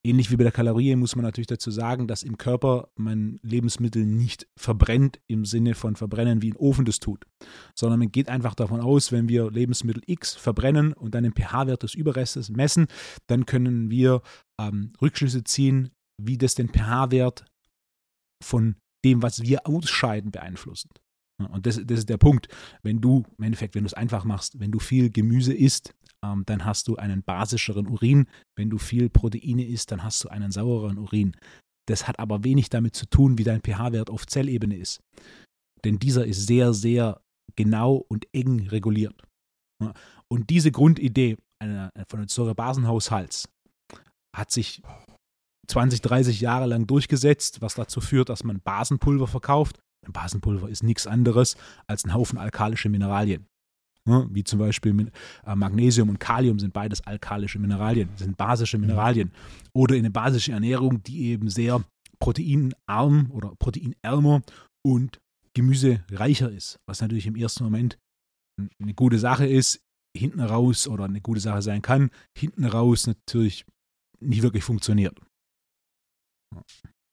Ähnlich wie bei der Kalorie muss man natürlich dazu sagen, dass im Körper man Lebensmittel nicht verbrennt im Sinne von verbrennen, wie ein Ofen das tut, sondern man geht einfach davon aus, wenn wir Lebensmittel X verbrennen und dann den pH-Wert des Überrestes messen, dann können wir ähm, Rückschlüsse ziehen, wie das den pH-Wert von dem, was wir ausscheiden, beeinflusst. Und das, das ist der Punkt. Wenn du, im Endeffekt, wenn du es einfach machst, wenn du viel Gemüse isst, ähm, dann hast du einen basischeren Urin. Wenn du viel Proteine isst, dann hast du einen saureren Urin. Das hat aber wenig damit zu tun, wie dein pH-Wert auf Zellebene ist. Denn dieser ist sehr, sehr genau und eng reguliert. Und diese Grundidee einer, von einem Säurebasenhaushalts hat sich zwanzig, dreißig Jahre lang durchgesetzt, was dazu führt, dass man Basenpulver verkauft. Ein Basenpulver ist nichts anderes als ein Haufen alkalische Mineralien. Ja, wie zum Beispiel Magnesium und Kalium sind beides alkalische Mineralien, das sind basische Mineralien. Oder eine basische Ernährung, die eben sehr proteinarm oder proteinärmer und gemüsereicher ist, was natürlich im ersten Moment eine gute Sache ist, hinten raus oder eine gute Sache sein kann, hinten raus natürlich nicht wirklich funktioniert. Ja.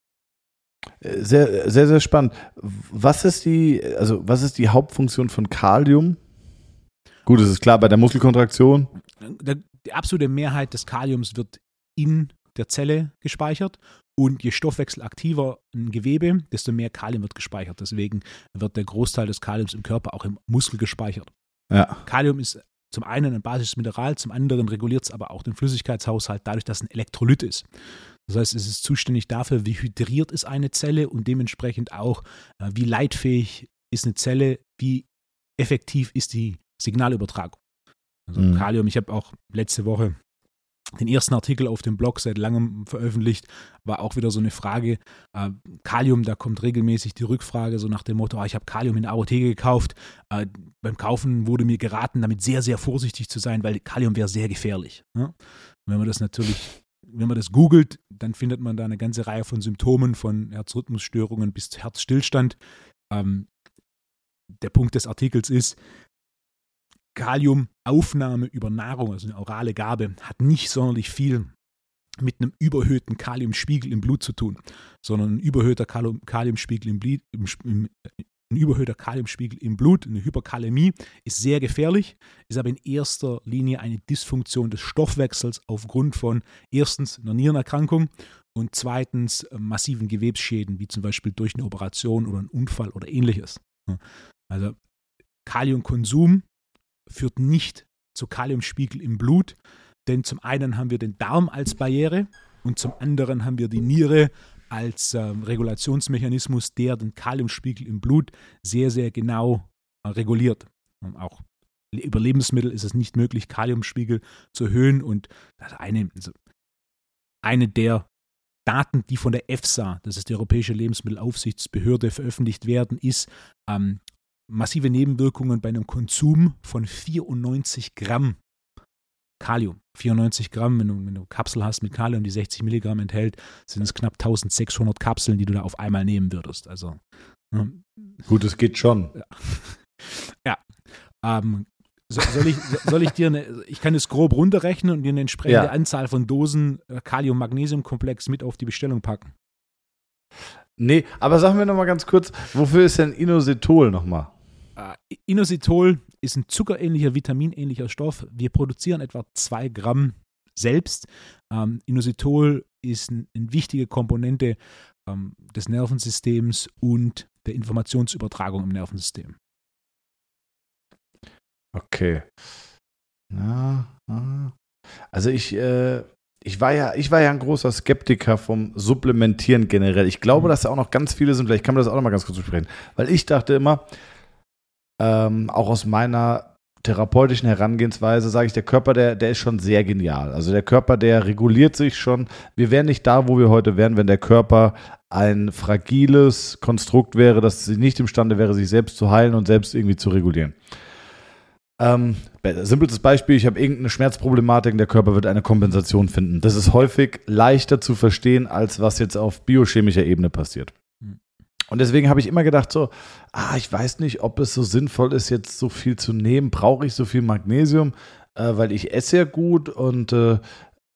Sehr, sehr, sehr spannend. Was ist die, also was ist die Hauptfunktion von Kalium? Gut, es ist klar, bei der Muskelkontraktion. Die absolute Mehrheit des Kaliums wird in der Zelle gespeichert und je stoffwechselaktiver ein Gewebe, desto mehr Kalium wird gespeichert. Deswegen wird der Großteil des Kaliums im Körper auch im Muskel gespeichert. Ja. Kalium ist zum einen ein basisches Mineral, zum anderen reguliert es aber auch den Flüssigkeitshaushalt dadurch, dass es ein Elektrolyt ist. Das heißt, es ist zuständig dafür, wie hydriert ist eine Zelle und dementsprechend auch, wie leitfähig ist eine Zelle, wie effektiv ist die Signalübertragung. Also mhm. Kalium, ich habe auch letzte Woche den ersten Artikel auf dem Blog seit langem veröffentlicht, war auch wieder so eine Frage. Äh, Kalium, da kommt regelmäßig die Rückfrage, so nach dem Motto, ah, ich habe Kalium in der Apotheke gekauft. Äh, beim Kaufen wurde mir geraten, damit sehr, sehr vorsichtig zu sein, weil Kalium wäre sehr gefährlich. Ja? Wenn man das natürlich, wenn man das googelt, dann findet man da eine ganze Reihe von Symptomen, von Herzrhythmusstörungen bis Herzstillstand. Ähm, der Punkt des Artikels ist, Kaliumaufnahme über Nahrung, also eine orale Gabe, hat nicht sonderlich viel mit einem überhöhten Kaliumspiegel im Blut zu tun, sondern ein überhöhter Kalium, Kaliumspiegel im, Blut, im, im, ein überhöhter Kaliumspiegel im Blut, eine Hyperkalämie, ist sehr gefährlich, ist aber in erster Linie eine Dysfunktion des Stoffwechsels aufgrund von erstens einer Nierenerkrankung und zweitens massiven Gewebsschäden, wie zum Beispiel durch eine Operation oder einen Unfall oder ähnliches. Also Kaliumkonsum führt nicht zu Kaliumspiegel im Blut, denn zum einen haben wir den Darm als Barriere und zum anderen haben wir die Niere als äh, Regulationsmechanismus, der den Kaliumspiegel im Blut sehr, sehr genau äh, reguliert. Und auch über Lebensmittel ist es nicht möglich, Kaliumspiegel zu erhöhen und eine, also eine der Daten, die von der EFSA, das ist die Europäische Lebensmittelaufsichtsbehörde, veröffentlicht werden, ist, ähm, massive Nebenwirkungen bei einem Konsum von vierundneunzig Gramm Kalium. vierundneunzig Gramm, wenn du, wenn du Kapsel hast mit Kalium, die sechzig Milligramm enthält, sind es knapp eintausendsechshundert Kapseln, die du da auf einmal nehmen würdest. Also, ähm, Gut, es geht schon. Ja. ja. Ähm, so, soll, ich, soll ich dir eine, ich kann es grob runterrechnen und dir eine entsprechende ja. Anzahl von Dosen Kalium-Magnesium-Komplex mit auf die Bestellung packen? Nee, aber sag mir noch mal ganz kurz, wofür ist denn Inositol nochmal? Uh, Inositol ist ein zuckerähnlicher, vitaminähnlicher Stoff. Wir produzieren etwa zwei Gramm selbst. Um, Inositol ist ein, eine wichtige Komponente um, des Nervensystems und der Informationsübertragung im Nervensystem. Okay. Ja, also ich, äh, ich war ja, ich war ja ein großer Skeptiker vom Supplementieren generell. Ich glaube, dass da auch noch ganz viele sind. Vielleicht kann man das auch noch mal ganz kurz besprechen. Weil ich dachte immer, ähm, auch aus meiner therapeutischen Herangehensweise, sage ich, der Körper, der, der ist schon sehr genial. Also der Körper, der reguliert sich schon. Wir wären nicht da, wo wir heute wären, wenn der Körper ein fragiles Konstrukt wäre, das nicht imstande wäre, sich selbst zu heilen und selbst irgendwie zu regulieren. Ähm, simples Beispiel, ich habe irgendeine Schmerzproblematik und der Körper wird eine Kompensation finden. Das ist häufig leichter zu verstehen, als was jetzt auf biochemischer Ebene passiert. Und deswegen habe ich immer gedacht so, ah, ich weiß nicht, ob es so sinnvoll ist, jetzt so viel zu nehmen. Brauche ich so viel Magnesium? Äh, weil ich esse ja gut und äh,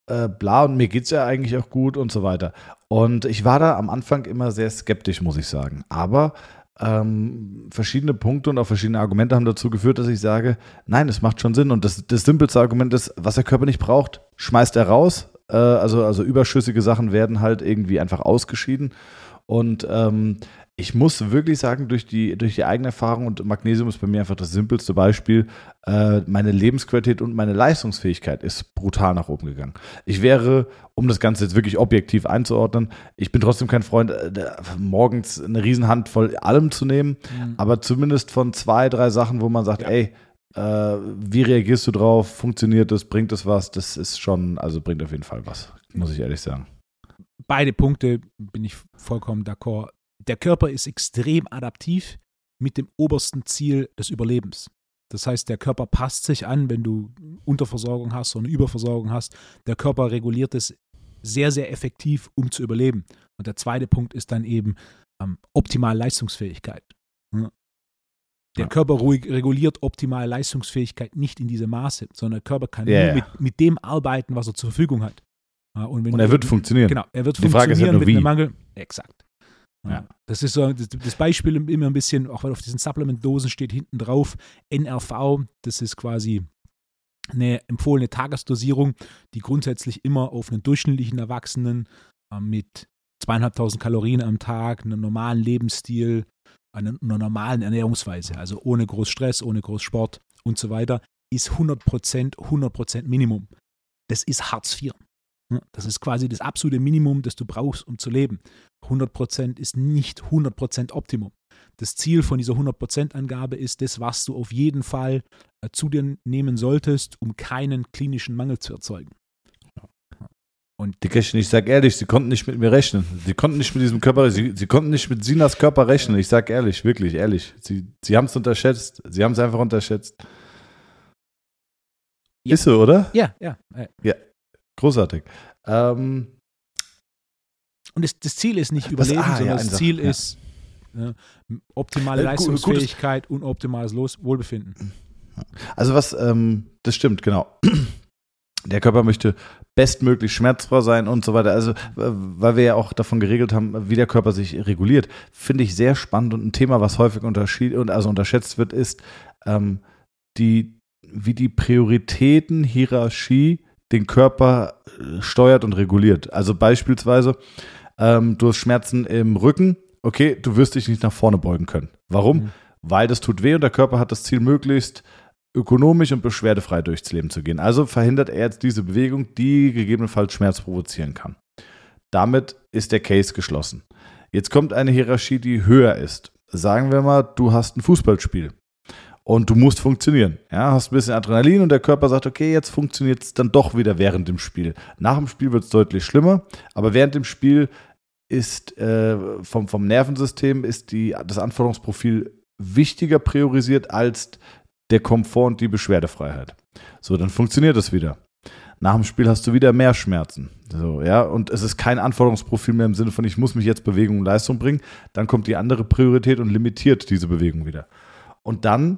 äh, bla, und mir geht's ja eigentlich auch gut und so weiter. Und ich war da am Anfang immer sehr skeptisch, muss ich sagen. Aber ähm, verschiedene Punkte und auch verschiedene Argumente haben dazu geführt, dass ich sage, nein, es macht schon Sinn. Und das, das simpelste Argument ist, was der Körper nicht braucht, schmeißt er raus. Äh, also, also überschüssige Sachen werden halt irgendwie einfach ausgeschieden. Und ähm, ich muss wirklich sagen, durch die, durch die eigene Erfahrung, und Magnesium ist bei mir einfach das simpelste Beispiel, äh, meine Lebensqualität und meine Leistungsfähigkeit ist brutal nach oben gegangen. Ich wäre, um das Ganze jetzt wirklich objektiv einzuordnen, ich bin trotzdem kein Freund, äh, morgens eine Riesenhand voll allem zu nehmen, mhm. aber zumindest von zwei, drei Sachen, wo man sagt, ja. ey, äh, wie reagierst du drauf, funktioniert das, bringt das was, das ist schon, also bringt auf jeden Fall was, muss ich ehrlich sagen. Beide Punkte bin ich vollkommen d'accord. Der Körper ist extrem adaptiv mit dem obersten Ziel des Überlebens. Das heißt, der Körper passt sich an, wenn du Unterversorgung hast oder eine Überversorgung hast. Der Körper reguliert es sehr, sehr effektiv, um zu überleben. Und der zweite Punkt ist dann eben ähm, optimale Leistungsfähigkeit. Ja. Der ja. Körper ruhig reguliert optimale Leistungsfähigkeit nicht in diesem Maße, sondern der Körper kann yeah. nur mit, mit dem arbeiten, was er zur Verfügung hat. Ja, und, wenn und er du, wird funktionieren. Genau, er wird Die Frage funktionieren ist halt nur, mit wie. einem Mangel. Exakt. Ja. Ja. Das ist so das, das Beispiel immer ein bisschen, auch weil auf diesen Supplement-Dosen steht hinten drauf N R V, das ist quasi eine empfohlene Tagesdosierung, die grundsätzlich immer auf einen durchschnittlichen Erwachsenen äh, mit zweieinhalbtausend Kalorien am Tag, einem normalen Lebensstil, einer, einer normalen Ernährungsweise, also ohne groß Stress, ohne groß Sport und so weiter, ist hundert Prozent, hundert Prozent Minimum. Das ist Hartz vier. Das ist quasi das absolute Minimum, das du brauchst, um zu leben. hundert Prozent ist nicht hundert Prozent Optimum. Das Ziel von dieser hundert Prozent Angabe ist das, was du auf jeden Fall äh, zu dir nehmen solltest, um keinen klinischen Mangel zu erzeugen. Und die Kästchen, ich sag ehrlich, sie konnten nicht mit mir rechnen. Sie konnten nicht mit diesem Körper, sie, sie konnten nicht mit Sinas Körper rechnen. Ich sag ehrlich, wirklich, ehrlich. Sie, sie haben es unterschätzt. Sie haben es einfach unterschätzt. Ja. Ist so, oder? Ja, ja. Ja. Großartig. Ähm, und das, das Ziel ist nicht Überleben, ah, sondern ja, das Ziel ja. ist äh, optimale äh, Leistungsfähigkeit und optimales Wohlbefinden. Also was, ähm, das stimmt, genau. Der Körper möchte bestmöglich schmerzfrei sein und so weiter. Also, weil wir ja auch davon geregelt haben, wie der Körper sich reguliert, finde ich sehr spannend, und ein Thema, was häufig unterschied, also unterschätzt wird, ist, ähm, die, wie die Prioritätenhierarchie den Körper steuert und reguliert. Also beispielsweise, ähm, du hast Schmerzen im Rücken, okay, du wirst dich nicht nach vorne beugen können. Warum? Mhm. Weil das tut weh und der Körper hat das Ziel, möglichst ökonomisch und beschwerdefrei durchs Leben zu gehen. Also verhindert er jetzt diese Bewegung, die gegebenenfalls Schmerz provozieren kann. Damit ist der Case geschlossen. Jetzt kommt eine Hierarchie, die höher ist. Sagen wir mal, du hast ein Fußballspiel. Und du musst funktionieren. Ja, hast ein bisschen Adrenalin und der Körper sagt, okay, jetzt funktioniert es dann doch wieder während dem Spiel. Nach dem Spiel wird es deutlich schlimmer, aber während dem Spiel ist äh, vom, vom Nervensystem ist die, das Anforderungsprofil wichtiger priorisiert als der Komfort und die Beschwerdefreiheit. So, dann funktioniert es wieder. Nach dem Spiel hast du wieder mehr Schmerzen. So, ja, und es ist kein Anforderungsprofil mehr im Sinne von, ich muss mich jetzt Bewegung und Leistung bringen. Dann kommt die andere Priorität und limitiert diese Bewegung wieder. Und dann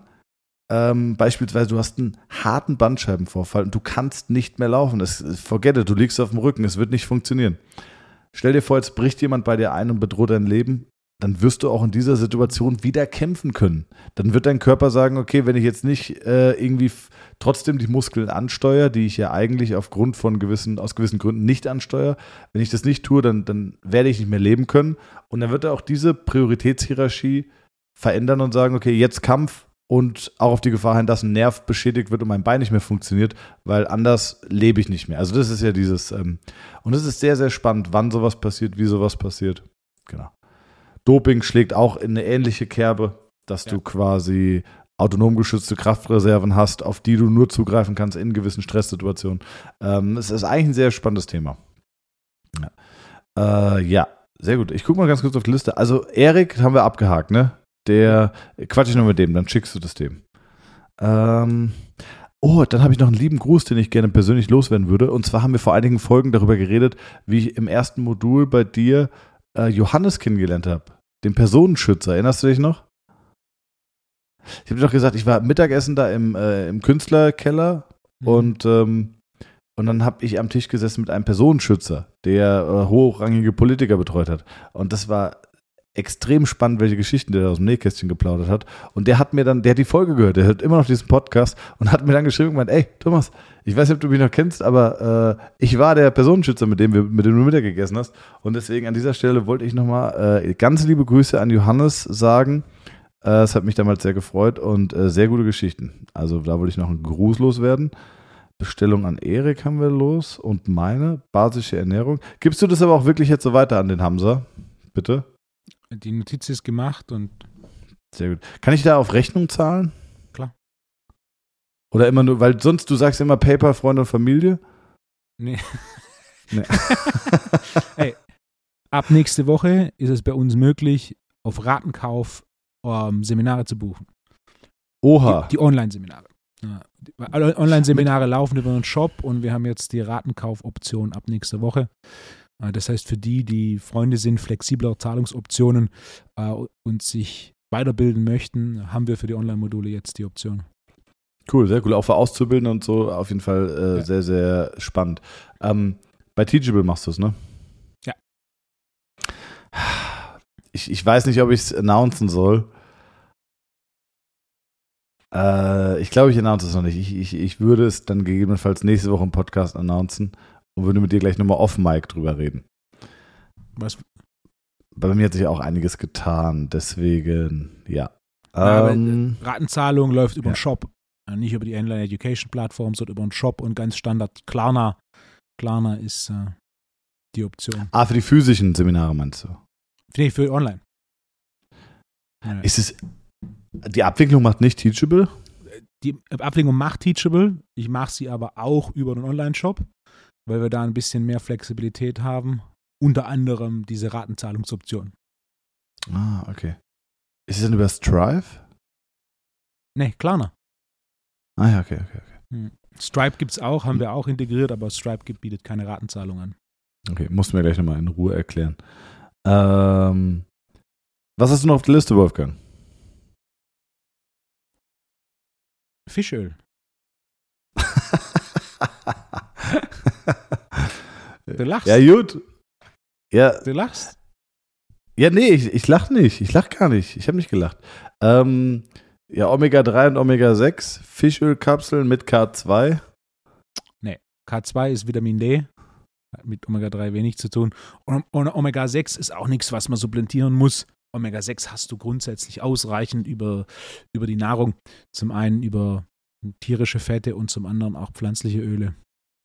Ähm, beispielsweise, du hast einen harten Bandscheibenvorfall und du kannst nicht mehr laufen. Das, forget it, du liegst auf dem Rücken, es wird nicht funktionieren. Stell dir vor, jetzt bricht jemand bei dir ein und bedroht dein Leben, dann wirst du auch in dieser Situation wieder kämpfen können. Dann wird dein Körper sagen, okay, wenn ich jetzt nicht äh, irgendwie f- trotzdem die Muskeln ansteuere, die ich ja eigentlich aufgrund von gewissen, aus gewissen Gründen nicht ansteuere, wenn ich das nicht tue, dann, dann werde ich nicht mehr leben können. Und dann wird er auch diese Prioritätshierarchie verändern und sagen, okay, jetzt Kampf, und auch auf die Gefahr hin, dass ein Nerv beschädigt wird und mein Bein nicht mehr funktioniert, weil anders lebe ich nicht mehr. Also das ist ja dieses, ähm, und es ist sehr, sehr spannend, wann sowas passiert, wie sowas passiert. Genau. Doping schlägt auch in eine ähnliche Kerbe, dass ja. du quasi autonom geschützte Kraftreserven hast, auf die du nur zugreifen kannst in gewissen Stresssituationen. Ähm, es ist eigentlich ein sehr spannendes Thema. Ja, äh, ja. Sehr gut. Ich gucke mal ganz kurz auf die Liste. Also Erik haben wir abgehakt, ne? Der, quatsch ich nur mit dem, dann schickst du das dem. Ähm, oh, dann habe ich noch einen lieben Gruß, den ich gerne persönlich loswerden würde. Und zwar haben wir vor einigen Folgen darüber geredet, wie ich im ersten Modul bei dir äh, Johannes kennengelernt habe. Den Personenschützer. Erinnerst du dich noch? Ich habe dir doch gesagt, ich war Mittagessen da im, äh, im Künstlerkeller mhm. und ähm, Und dann habe ich am Tisch gesessen mit einem Personenschützer, der äh, hochrangige Politiker betreut hat. Und das war extrem spannend, welche Geschichten der aus dem Nähkästchen geplaudert hat. Und der hat mir dann, der hat die Folge gehört, der hört immer noch diesen Podcast und hat mir dann geschrieben und gemeint, ey, Thomas, ich weiß nicht, ob du mich noch kennst, aber äh, ich war der Personenschützer, mit dem, wir, mit dem du Mittag gegessen hast. Und deswegen an dieser Stelle wollte ich nochmal äh, ganz liebe Grüße an Johannes sagen. Äh, es hat mich damals sehr gefreut und äh, sehr gute Geschichten. Also da wollte ich noch einen Gruß loswerden. Bestellung an Erik haben wir los und meine basische Ernährung. Gibst du das aber auch wirklich jetzt so weiter an den Hamza? Bitte? Die Notiz ist gemacht und. Sehr gut. Kann ich da auf Rechnung zahlen? Klar. Oder immer nur, weil sonst du sagst immer PayPal, Freunde und Familie? Nee. nee. Hey, ab nächste Woche ist es bei uns möglich, auf Ratenkauf ähm, Seminare zu buchen. Oha. Die, die Online-Seminare. Ja, die Online-Seminare laufen über einen Shop und wir haben jetzt die Ratenkaufoption ab nächster Woche. Das heißt, für die, die Freunde sind, flexibler Zahlungsoptionen äh, und sich weiterbilden möchten, haben wir für die Online-Module jetzt die Option. Cool, sehr cool. Auch für Auszubildende und so auf jeden Fall äh, ja. sehr, sehr spannend. Ähm, bei Teachable machst du es, ne? Ja. Ich, ich weiß nicht, ob ich es announcen soll. Äh, ich glaube, ich announce es noch nicht. Ich, ich, ich würde es dann gegebenenfalls nächste Woche im Podcast announcen. Und würde mit dir gleich nochmal off-Mic drüber reden. Was? Bei mir hat sich ja auch einiges getan, deswegen, ja. ja ähm, Ratenzahlung läuft über ja. den Shop, nicht über die Online-Education-Plattform, sondern über den Shop und ganz Standard Klarna. Klarna ist äh, die Option. Ah, für die physischen Seminare meinst du? Nee, für online. Ja. Ist es, die Abwicklung macht nicht Teachable? Die Abwicklung macht Teachable, ich mache sie aber auch über den Online-Shop, weil wir da ein bisschen mehr Flexibilität haben. Unter anderem diese Ratenzahlungsoption. Ah, okay. Ist es denn über Stripe? Nee, Klarna. Ah ja, okay, okay, okay. Hm. Stripe gibt es auch, haben wir auch integriert, aber Stripe gibt, bietet keine Ratenzahlung an. Okay, musst du mir gleich nochmal in Ruhe erklären. Ähm, was hast du noch auf der Liste, Wolfgang? Fischöl. Du lachst. Ja, gut. Ja. Du lachst. Ja, nee, ich, ich lach nicht. Ich lach gar nicht. Ich habe nicht gelacht. Ähm, ja, Omega drei und Omega sechs, Fischölkapseln mit K zwei. Nee, K zwei ist Vitamin D. Hat mit Omega drei wenig zu tun. Und, und Omega sechs ist auch nichts, was man supplementieren muss. Omega sechs hast du grundsätzlich ausreichend über, über die Nahrung. Zum einen über tierische Fette und zum anderen auch pflanzliche Öle.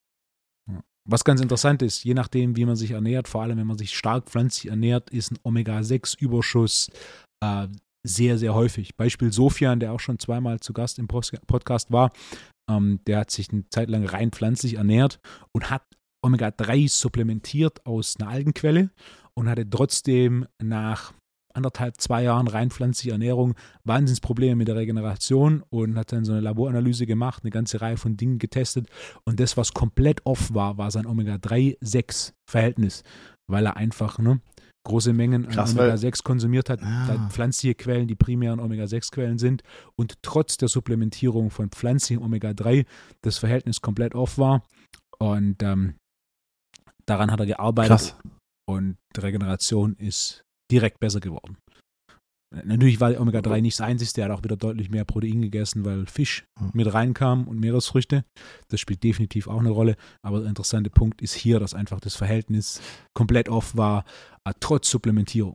Was ganz interessant ist, je nachdem, wie man sich ernährt, vor allem wenn man sich stark pflanzlich ernährt, ist ein Omega sechs Überschuss äh, sehr, sehr häufig. Beispiel Sofian, der auch schon zweimal zu Gast im Podcast war, ähm, der hat sich eine Zeit lang rein pflanzlich ernährt und hat Omega drei supplementiert aus einer Algenquelle und hatte trotzdem nach anderthalb, zwei Jahren rein pflanzliche Ernährung Wahnsinnsprobleme mit der Regeneration und hat dann so eine Laboranalyse gemacht, eine ganze Reihe von Dingen getestet und das, was komplett off war, war sein Omega drei sechs Verhältnis, weil er einfach ne, große Mengen an Krass, Omega sechs konsumiert hat, ja. da pflanzliche Quellen die primären Omega sechs Quellen sind und trotz der Supplementierung von pflanzlichem Omega drei das Verhältnis komplett off war und ähm, daran hat er gearbeitet. Krass. Und die Regeneration ist direkt besser geworden. Natürlich war Omega drei nicht das Einzige, er hat auch wieder deutlich mehr Protein gegessen, weil Fisch mit reinkam und Meeresfrüchte. Das spielt definitiv auch eine Rolle. Aber der interessante Punkt ist hier, dass einfach das Verhältnis komplett off war, trotz Supplementierung.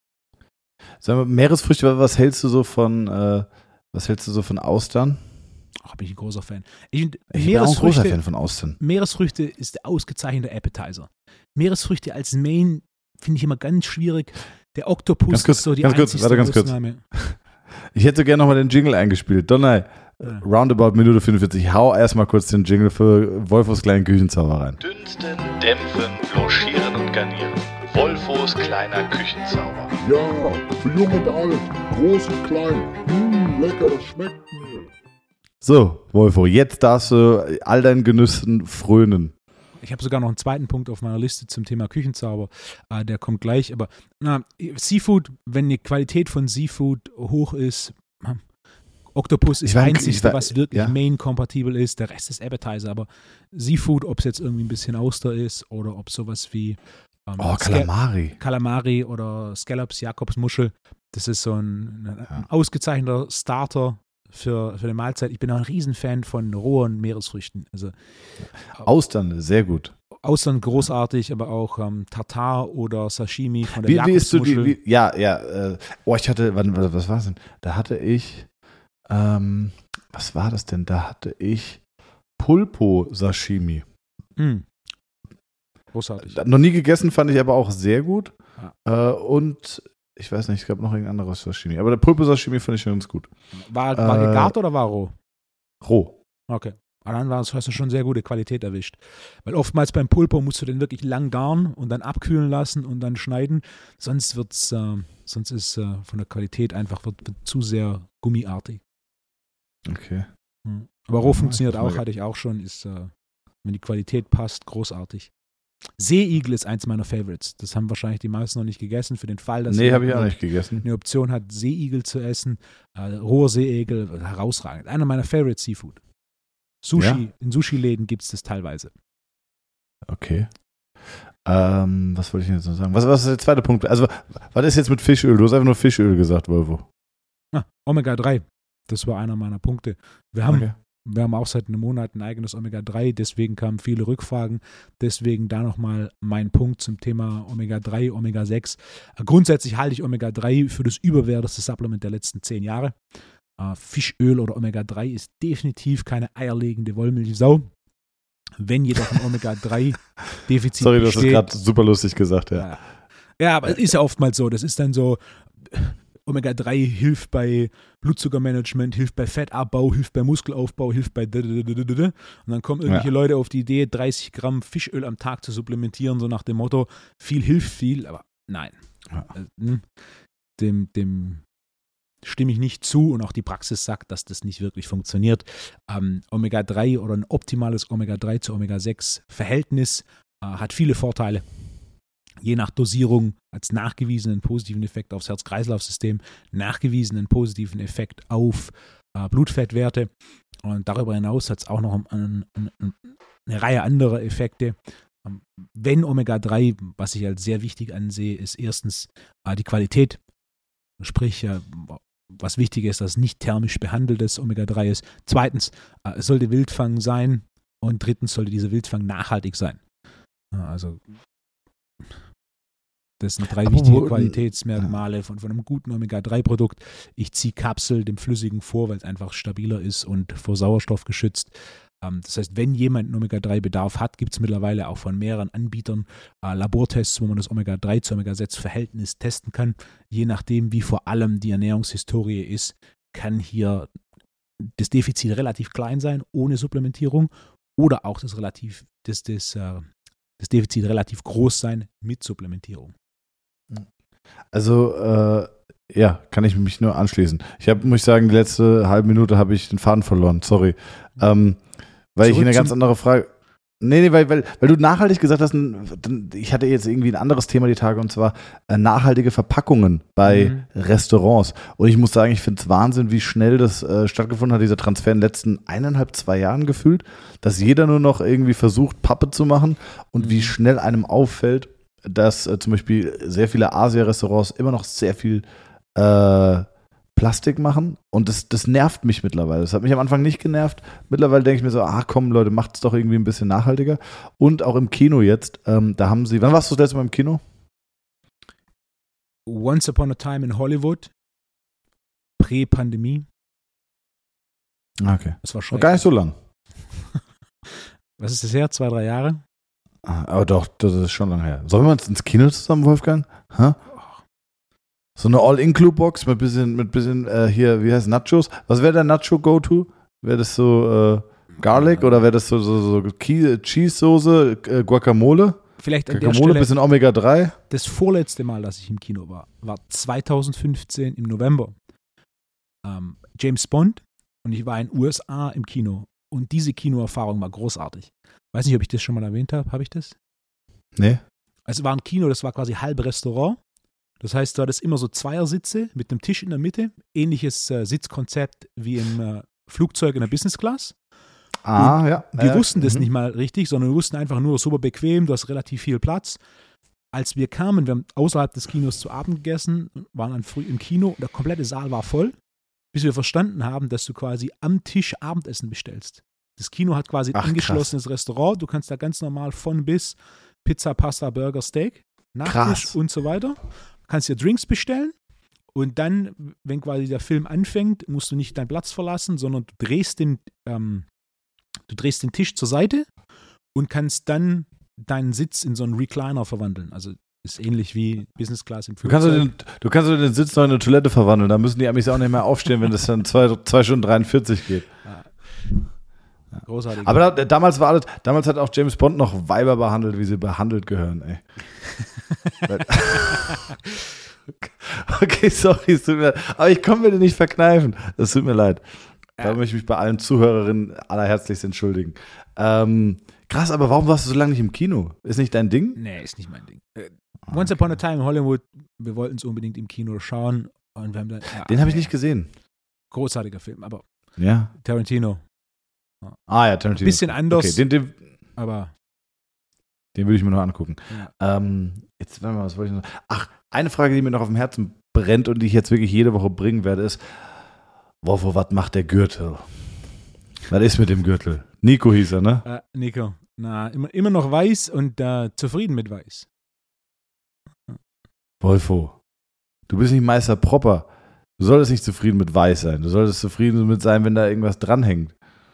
Sag mal, Meeresfrüchte, was hältst du so von, äh, was hältst du so von Austern? Ach, bin ich ein großer Fan. Ich, ich bin auch ein großer Fan von Austern. Meeresfrüchte ist der ausgezeichnete Appetizer. Meeresfrüchte als Main finde ich immer ganz schwierig. Der Oktopus kurz, ist so die ganz kurz, einzigste warte, ganz Ausnahme. Kurz. Ich hätte so gerne nochmal den Jingle eingespielt. Donner, ja. Roundabout Minute fünfundvierzig. Hau erstmal kurz den Jingle für Wolfos kleinen Küchenzauber rein. Dünsten, dämpfen, blanchieren und garnieren. Wolfos kleiner Küchenzauber. Ja, für jung und alt, groß und klein. Mmh, lecker, das schmeckt mir. So, Wolfo, jetzt darfst du all deinen Genüssen frönen. Ich habe sogar noch einen zweiten Punkt auf meiner Liste zum Thema Küchenzauber. Äh, der kommt gleich. Aber na, Seafood, wenn die Qualität von Seafood hoch ist, Oktopus ist Ich das war- Einzige, ich war- was wirklich ja. Main-kompatibel ist. Der Rest ist Appetizer. Aber Seafood, ob es jetzt irgendwie ein bisschen Auster ist oder ob sowas wie ähm, Oh, Sca- Kalamari. Kalamari oder Scallops, Jakobsmuschel, das ist so ein, ein Ja. ausgezeichneter Starter für, für eine Mahlzeit. Ich bin auch ein Riesenfan von rohen Meeresfrüchten. Also Austern, sehr gut. Austern großartig, aber auch ähm, Tartar oder Sashimi von der Wie, wie isst du die? Jakobsmuschel. Wie, ja, ja. Äh, oh, ich hatte, wann, was war es denn? Da hatte ich, ähm, was war das denn? Da hatte ich Pulpo-Sashimi. Mm. Großartig. Noch nie gegessen, fand ich aber auch sehr gut. Ja. Äh, und ich weiß nicht, es gab noch irgendein anderes Sashimi. Aber der Pulpo-Sashimi fand ich schon ganz gut. War, war Äh, gegart oder war roh? Roh. Okay. Aber dann war's, hast du schon sehr gute Qualität erwischt. Weil oftmals beim Pulpo musst du den wirklich lang garen und dann abkühlen lassen und dann schneiden. Sonst wird's, äh, sonst ist äh, von der Qualität einfach wird, wird zu sehr gummiartig. Okay. Mhm. Aber roh Ja, funktioniert ich muss auch, mal- hatte ich auch schon, ist, äh, wenn die Qualität passt, großartig. Seeigel ist eins meiner Favorites. Das haben wahrscheinlich die meisten noch nicht gegessen. Für den Fall, dass Nee, jemand habe ich auch eine- nicht gegessen. eine Option hat, Seeigel zu essen. Äh, roher Seeigel, herausragend. Einer meiner Favorite Seafood. Sushi, Ja? in Sushi-Läden gibt es das teilweise. Okay. Ähm, was wollte ich jetzt noch sagen? Was, was ist der zweite Punkt? Also, was ist jetzt mit Fischöl? Du hast einfach nur Fischöl gesagt, Volvo. Ah, Omega drei, das war einer meiner Punkte. Wir haben, Okay. wir haben auch seit einem Monat ein eigenes Omega drei, deswegen kamen viele Rückfragen. Deswegen da nochmal mein Punkt zum Thema Omega drei, Omega sechs. Äh, Grundsätzlich halte ich Omega drei für das überwerteste Supplement der letzten zehn Jahre. Äh, Fischöl oder Omega drei ist definitiv keine eierlegende Wollmilchsau. Wenn jedoch ein Omega drei Defizit Sorry, du hast es besteht, gerade super lustig gesagt, ja. Ja. ja, aber es ist ja oftmals so. Das ist dann so, Omega drei hilft bei Blutzuckermanagement, hilft bei Fettabbau, hilft bei Muskelaufbau, hilft bei dadadadadada. Und dann kommen irgendwelche Ja. Leute auf die Idee, dreißig Gramm Fischöl am Tag zu supplementieren, so nach dem Motto, viel hilft viel, aber nein. Ja. Also, hm, Dem, dem stimme ich nicht zu und auch die Praxis sagt, dass das nicht wirklich funktioniert. Ähm, Omega drei oder ein optimales Omega drei zu Omega sechs Verhältnis äh, hat viele Vorteile. Je nach Dosierung als nachgewiesenen positiven Effekt aufs Herz-Kreislauf-System, nachgewiesenen positiven Effekt auf äh, Blutfettwerte. Und darüber hinaus hat es auch noch ein, ein, ein, eine Reihe anderer Effekte. Ähm, wenn Omega drei, was ich als sehr wichtig ansehe, ist erstens äh, die Qualität. Sprich, äh, was wichtig ist, dass es nicht thermisch behandeltes Omega drei ist. Zweitens, äh, es sollte Wildfang sein. Und drittens sollte dieser Wildfang nachhaltig sein. Ja, also das sind drei Aber wichtige wo- Qualitätsmerkmale von, von einem guten Omega drei Produkt. Ich ziehe Kapsel dem Flüssigen vor, weil es einfach stabiler ist und vor Sauerstoff geschützt. Ähm, das heißt, wenn jemand einen Omega drei Bedarf hat, gibt es mittlerweile auch von mehreren Anbietern äh, Labortests, wo man das Omega drei zu Omega sechs Verhältnis testen kann. Je nachdem, wie vor allem die Ernährungshistorie ist, kann hier das Defizit relativ klein sein, ohne Supplementierung, oder auch das, relativ, das, das, äh, das Defizit relativ groß sein mit Supplementierung. Also, äh, ja, kann ich mich nur anschließen. Ich habe, muss ich sagen, die letzte halbe Minute habe ich den Faden verloren, sorry. Ähm, weil ich Zurück eine ganz zum- andere Frage. Nee, nee, weil, weil, weil du nachhaltig gesagt hast, n- ich hatte jetzt irgendwie ein anderes Thema die Tage, und zwar äh, nachhaltige Verpackungen bei Mhm. Restaurants. Und ich muss sagen, ich finde es Wahnsinn, wie schnell das äh, stattgefunden hat, dieser Transfer in den letzten eineinhalb, zwei Jahren gefühlt, dass jeder nur noch irgendwie versucht, Pappe zu machen und Mhm. wie schnell einem auffällt, dass äh, zum Beispiel sehr viele Asia-Restaurants immer noch sehr viel äh, Plastik machen, und das, das nervt mich mittlerweile. Das hat mich am Anfang nicht genervt. Mittlerweile denke ich mir so, ah komm Leute, macht es doch irgendwie ein bisschen nachhaltiger. Und auch im Kino jetzt, ähm, da haben sie, wann warst du das letzte Mal im Kino? Once Upon a Time in Hollywood, Prä-Pandemie, Ah, okay. das war schon. Gar nicht so lang. Was ist das her? Zwei, drei Jahre? Ah, aber doch, das ist schon lange her. Sollen wir uns ins Kino zusammen, Wolfgang? Hä? So eine All-In-Clue-Box mit bisschen, mit bisschen äh, hier, wie heißt Nachos? Was wäre der Nacho-Go-To? Wäre das so äh, Garlic oder wäre das so, so, so Ki- Cheese-Soße, äh, Guacamole? Vielleicht an der Guacamole, Stelle, bisschen Omega drei? das vorletzte Mal, dass ich im Kino war, war zwanzig fünfzehn im November. Ähm, James Bond, und ich war in den U S A im Kino. Und diese Kinoerfahrung war großartig. Weiß nicht, ob ich das schon mal erwähnt habe. Habe ich das? Nee. Also war ein Kino, das war quasi halb Restaurant, Das heißt, du hattest immer so Zweiersitze mit einem Tisch in der Mitte, ähnliches äh, Sitzkonzept wie im äh, Flugzeug in der Business Class. Ah, Und ja. Wir äh, wussten das mhm. nicht mal richtig, sondern wir wussten einfach nur, super bequem, du hast relativ viel Platz. Als wir kamen, wir haben außerhalb des Kinos zu Abend gegessen, waren dann früh im Kino, der komplette Saal war voll, bis wir verstanden haben, dass du quasi am Tisch Abendessen bestellst. Das Kino hat quasi ein Ach, angeschlossenes krass. Restaurant, du kannst da ganz normal von bis Pizza, Pasta, Burger, Steak, Nachtisch Krass. und so weiter. Kannst dir Drinks bestellen und dann, wenn quasi der Film anfängt, musst du nicht deinen Platz verlassen, sondern du drehst den, ähm, du drehst den Tisch zur Seite und kannst dann deinen Sitz in so einen Recliner verwandeln. Also ist ähnlich wie Business Class im Du kannst, doch Flugzeug. den, du kannst doch den Sitz noch in eine Toilette verwandeln. Da müssen die Amis auch nicht mehr aufstehen, wenn das dann zwei Stunden dreiundvierzig geht. Ja. Großartig. Aber da, damals war alles, damals hat auch James Bond noch Weiber behandelt, wie sie behandelt gehören, ey. Okay, sorry, es tut mir leid. Aber ich komme mir den nicht verkneifen. Es tut mir leid. Da Ja. möchte ich mich bei allen Zuhörerinnen allerherzlichst entschuldigen. Ähm, krass, aber warum warst du so lange nicht im Kino? Ist nicht dein Ding? Nee, ist nicht mein Ding. Äh, Once Upon a Time in Hollywood, wir wollten es unbedingt im Kino schauen und wir haben dann, ja, Den habe ich nicht gesehen. großartiger Film, aber Ja. Tarantino, Ah ja, Tarantino. bisschen anders, Okay, den, den, aber den würde ich mir noch angucken. ja. Ähm, jetzt, warte mal, was wollte ich noch? Ach, eine Frage, die mir noch auf dem Herzen brennt und die ich jetzt wirklich jede Woche bringen werde, ist: Wolfo, was macht der Gürtel? Was ist mit dem Gürtel? Nico hieß er, ne? Äh, Nico, na, immer, immer noch weiß und äh, zufrieden mit weiß. Wolfo, du bist nicht Meister Propper. Du solltest nicht zufrieden mit weiß sein. Du solltest zufrieden mit sein, wenn da irgendwas dranhängt.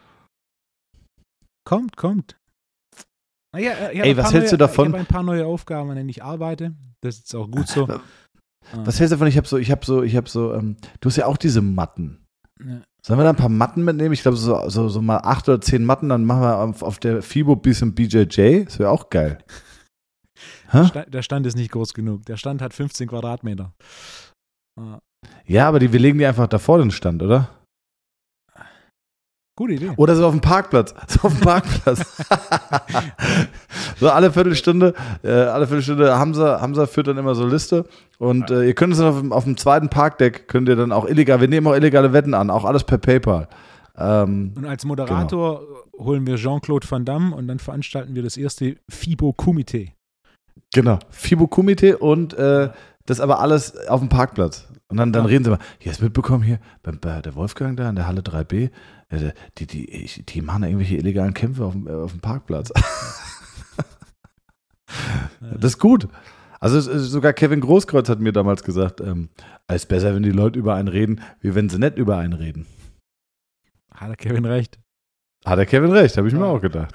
Kommt, kommt. Na ja, äh, ich hab Ey, ein was paar hältst neue, du davon? Ich habe ein paar neue Aufgaben, an denen ich arbeite. Das ist auch gut so. Was hältst du davon? Ich habe so, ich habe so, ich habe so, ähm, du hast ja auch diese Matten. Ja. Sollen wir da ein paar Matten mitnehmen? Ich glaube, so, so, so mal acht oder zehn Matten, dann machen wir auf, auf der FIBO ein bisschen B J J. Das wäre auch geil. Hä? Sta- Der Stand ist nicht groß genug. Der Stand hat fünfzehn Quadratmeter. Äh, Ja, aber die, wir legen die einfach davor den Stand, oder? Gute Idee. Oder so auf dem Parkplatz. So auf dem Parkplatz. So alle Viertelstunde, äh, alle Viertelstunde Hamza, Hamza führt dann immer so Liste und äh, ihr könnt es dann auf, dem- auf dem zweiten Parkdeck, könnt ihr dann auch illegal, wir nehmen auch illegale Wetten an, auch alles per PayPal. Ähm, Und als Moderator holen wir Jean-Claude Van Damme und dann veranstalten wir das erste FIBO-Komitee. genau, FIBO-Komitee und äh, das aber alles auf dem Parkplatz. Und dann, dann Ja. reden sie mal, hier hast du mitbekommen, hier, bei, bei der Wolfgang da in der Halle drei B, ja, der- die, die, ich- die machen da irgendwelche illegalen Kämpfe auf dem, äh, auf dem Parkplatz. Das ist gut. Also es ist- sogar Kevin Großkreuz hat mir damals gesagt, ähm, es ist besser, wenn die Leute über einen reden, wie wenn sie nicht über einen reden. Hat der Kevin recht. Hat der Kevin recht, habe ich mir Ja. auch gedacht.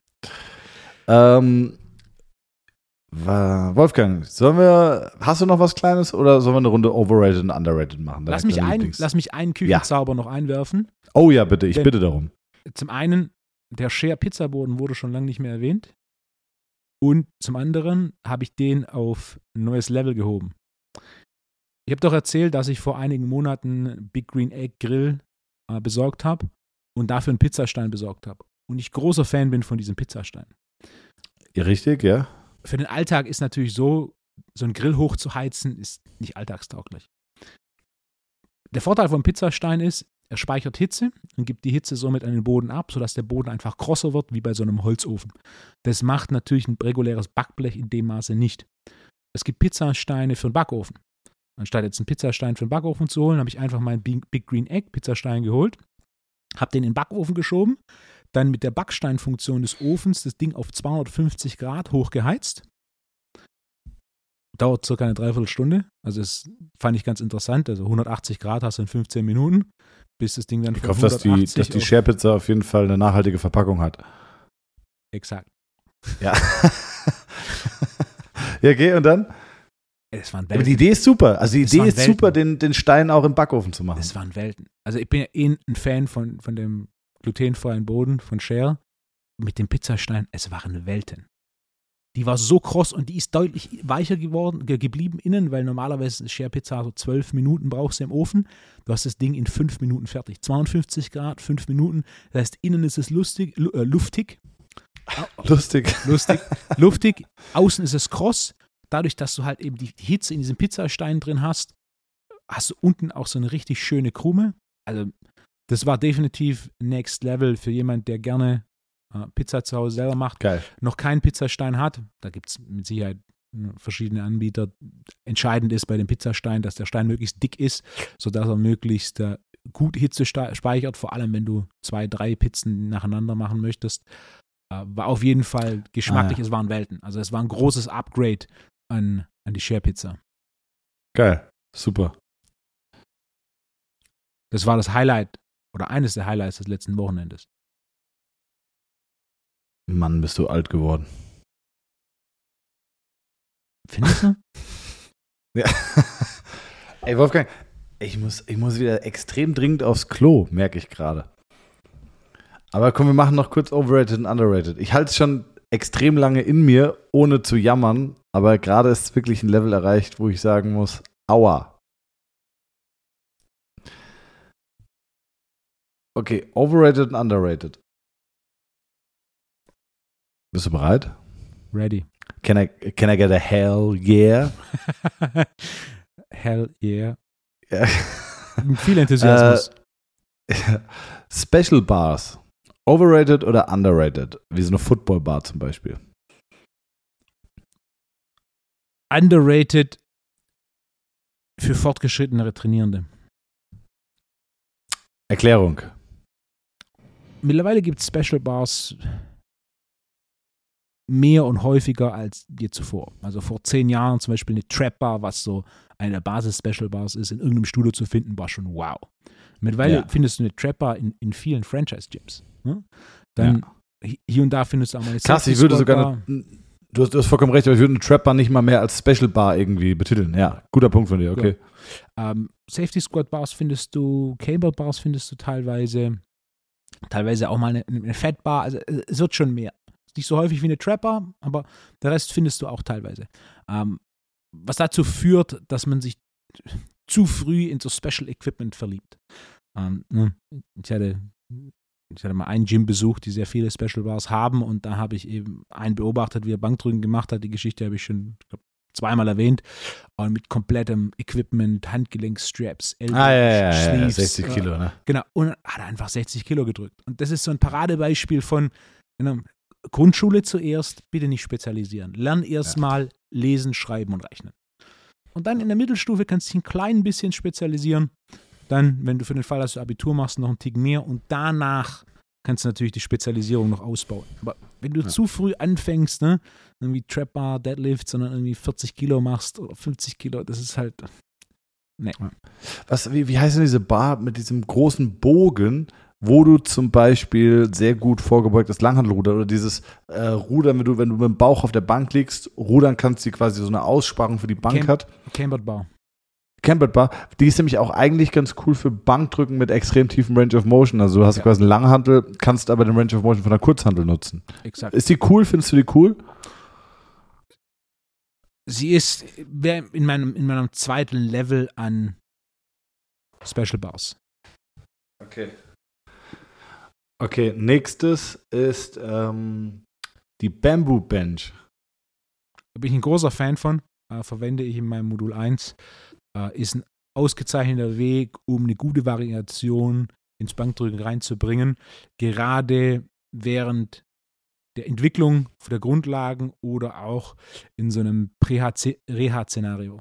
ähm, wa- Wolfgang, sollen wir, hast du noch was Kleines oder sollen wir eine Runde Overrated und Underrated machen? Lass Deine mich, ein, Lieblings- lass mich einen Küchenzauber noch einwerfen. Oh ja, bitte, ich Denn- bitte darum. Zum einen, der Share-Pizzaboden wurde schon lange nicht mehr erwähnt. Und zum anderen habe ich den auf ein neues Level gehoben. Ich habe doch erzählt, dass ich vor einigen Monaten Big Green Egg Grill äh, besorgt habe und dafür einen Pizzastein besorgt habe. Und ich großer Fan bin von diesem Pizzastein. Ja, richtig, ja. Für den Alltag ist natürlich so, so ein Grill hochzuheizen, ist nicht alltagstauglich. Der Vorteil vom Pizzastein ist, er speichert Hitze und gibt die Hitze somit an den Boden ab, sodass der Boden einfach krosser wird, wie bei so einem Holzofen. Das macht natürlich ein reguläres Backblech in dem Maße nicht. Es gibt Pizzasteine für einen Backofen. Anstatt jetzt einen Pizzastein für einen Backofen zu holen, habe ich einfach meinen Big Green Egg Pizzastein geholt, habe den in den Backofen geschoben, dann mit der Backsteinfunktion des Ofens das Ding auf zweihundertfünfzig Grad hochgeheizt. Dauert circa eine Dreiviertelstunde. Also das fand ich ganz interessant. Also hundertachtzig Grad hast du in fünfzehn Minuten, bis das Ding dann Ich von hoffe, dass die, hundertachtzig dass die auf- Share-Pizza auf jeden Fall eine nachhaltige Verpackung hat. Exakt. Ja. Ja, okay, und dann? Es waren Aber Welten. die Idee ist super. Also die Es Idee waren ist Welten. super, den, den Stein auch im Backofen zu machen. Es waren Welten. Also ich bin ja eh ein Fan von, von dem glutenfreien Boden von Share. Mit dem Pizzastein, es waren Welten. Die war so kross und die ist deutlich weicher geworden, ge geblieben innen, weil normalerweise ist Share Pizza so zwölf Minuten brauchst du im Ofen. Du hast das Ding in fünf Minuten fertig. zweiundfünfzig Grad, fünf Minuten. Das heißt, innen ist es lustig, lu äh, luftig. Lustig. Lustig. Luftig. Außen ist es kross. dadurch, dass du halt eben die Hitze in diesem Pizzastein drin hast, hast du unten auch so eine richtig schöne Krume. Also das war definitiv Next Level für jemand, der gerne äh, Pizza zu Hause selber macht, Geil. noch keinen Pizzastein hat. Da gibt es mit Sicherheit verschiedene Anbieter. Entscheidend ist bei dem Pizzastein, dass der Stein möglichst dick ist, sodass er möglichst äh, gut Hitze sta- speichert, vor allem wenn du zwei, drei Pizzen nacheinander machen möchtest. Äh, war auf jeden Fall geschmacklich, Ah, ja. es waren Welten. Also es war ein großes Upgrade an, an die Share-Pizza. Geil. Super. Das war das Highlight oder eines der Highlights des letzten Wochenendes. Mann, bist du alt geworden. Findest du? Ja. Ey, Wolfgang, ich muss, ich muss wieder extrem dringend aufs Klo, merke ich gerade. Aber komm, wir machen noch kurz overrated und underrated. Ich halte es schon extrem lange in mir, ohne zu jammern, aber gerade ist wirklich ein Level erreicht, wo ich sagen muss, aua. Okay, overrated und underrated. Bist du bereit? Ready. Can I, can I get a hell yeah? Hell yeah. Ja. Mit viel Enthusiasmus. Äh, Special Bars. Overrated oder underrated? Wie so eine Football-Bar zum Beispiel. Underrated für fortgeschrittenere Trainierende. Erklärung. Mittlerweile gibt es Special Bars mehr und häufiger als je zuvor. Also vor zehn Jahren zum Beispiel eine Trap Bar, was so eine der Basis-Special Bars ist, in irgendeinem Studio zu finden, war schon wow. Mittlerweile Ja. findest du eine Trap Bar in, in vielen Franchise-Gyms. Ne? Dann hi- hier und da findest du auch mal eine Krass, Safety ich würde Squad sogar Bar. eine, du, hast, du hast vollkommen recht, aber ich würde eine Trap Bar nicht mal mehr als Special Bar irgendwie betiteln. Ja, guter Punkt von dir, okay. Ähm, Safety Squad Bars findest du, Cable Bars findest du teilweise, teilweise auch mal eine, eine Fat Bar, also äh, es wird schon mehr. Nicht so häufig wie eine Trap Bar, aber der Rest findest du auch teilweise. Ähm, was dazu führt, dass man sich zu früh in so Special Equipment verliebt. Ähm, ne, ich hatte Ich hatte mal ein Gym besucht, die sehr viele Special Bars haben, und da habe ich eben einen beobachtet, wie er Bankdrücken gemacht hat. Die Geschichte habe ich schon, ich glaub, zweimal erwähnt. Und mit komplettem Equipment, Handgelenksstraps, Elbow, Ah, ja, ja, ja, Sleeves. sechzig Kilo, ne? Genau, und hat einfach sechzig Kilo gedrückt. Und das ist so ein Paradebeispiel von einer Grundschule zuerst, bitte nicht spezialisieren. Lern erstmal lesen, schreiben und rechnen. Und dann in der Mittelstufe kannst du dich ein klein bisschen spezialisieren. Dann, wenn du für den Fall, dass du Abitur machst, noch einen Tick mehr, und danach kannst du natürlich die Spezialisierung noch ausbauen. Aber wenn du Ja. zu früh anfängst, ne, irgendwie Trap Bar, Deadlift, sondern irgendwie vierzig Kilo machst oder fünfzig Kilo, das ist halt, ne. Was, wie, wie heißt denn diese Bar mit diesem großen Bogen, wo du zum Beispiel sehr gut vorgebeugtes Langhantelruder oder dieses äh, Rudern, wenn du, wenn du mit dem Bauch auf der Bank liegst, rudern kannst, die quasi so eine Aussparung für die Bank Cam- hat. Cambered Bar. Cambered Bar, die ist nämlich auch eigentlich ganz cool für Bankdrücken mit extrem tiefem Range of Motion. Also du hast Ja. quasi einen Langhantel, kannst aber den Range of Motion von einer Kurzhantel nutzen. Exakt. Ist die cool? Findest du die cool? Sie ist wär in meinem, in meinem zweiten Level an Special Bars. Okay. Okay, nächstes ist ähm, die Bamboo Bench. Da bin ich ein großer Fan von. Äh, verwende ich in meinem Modul eins. Äh, ist ein ausgezeichneter Weg, um eine gute Variation ins Bankdrücken reinzubringen. Gerade während der Entwicklung der Grundlagen oder auch in so einem Prä-Reha-Szenario.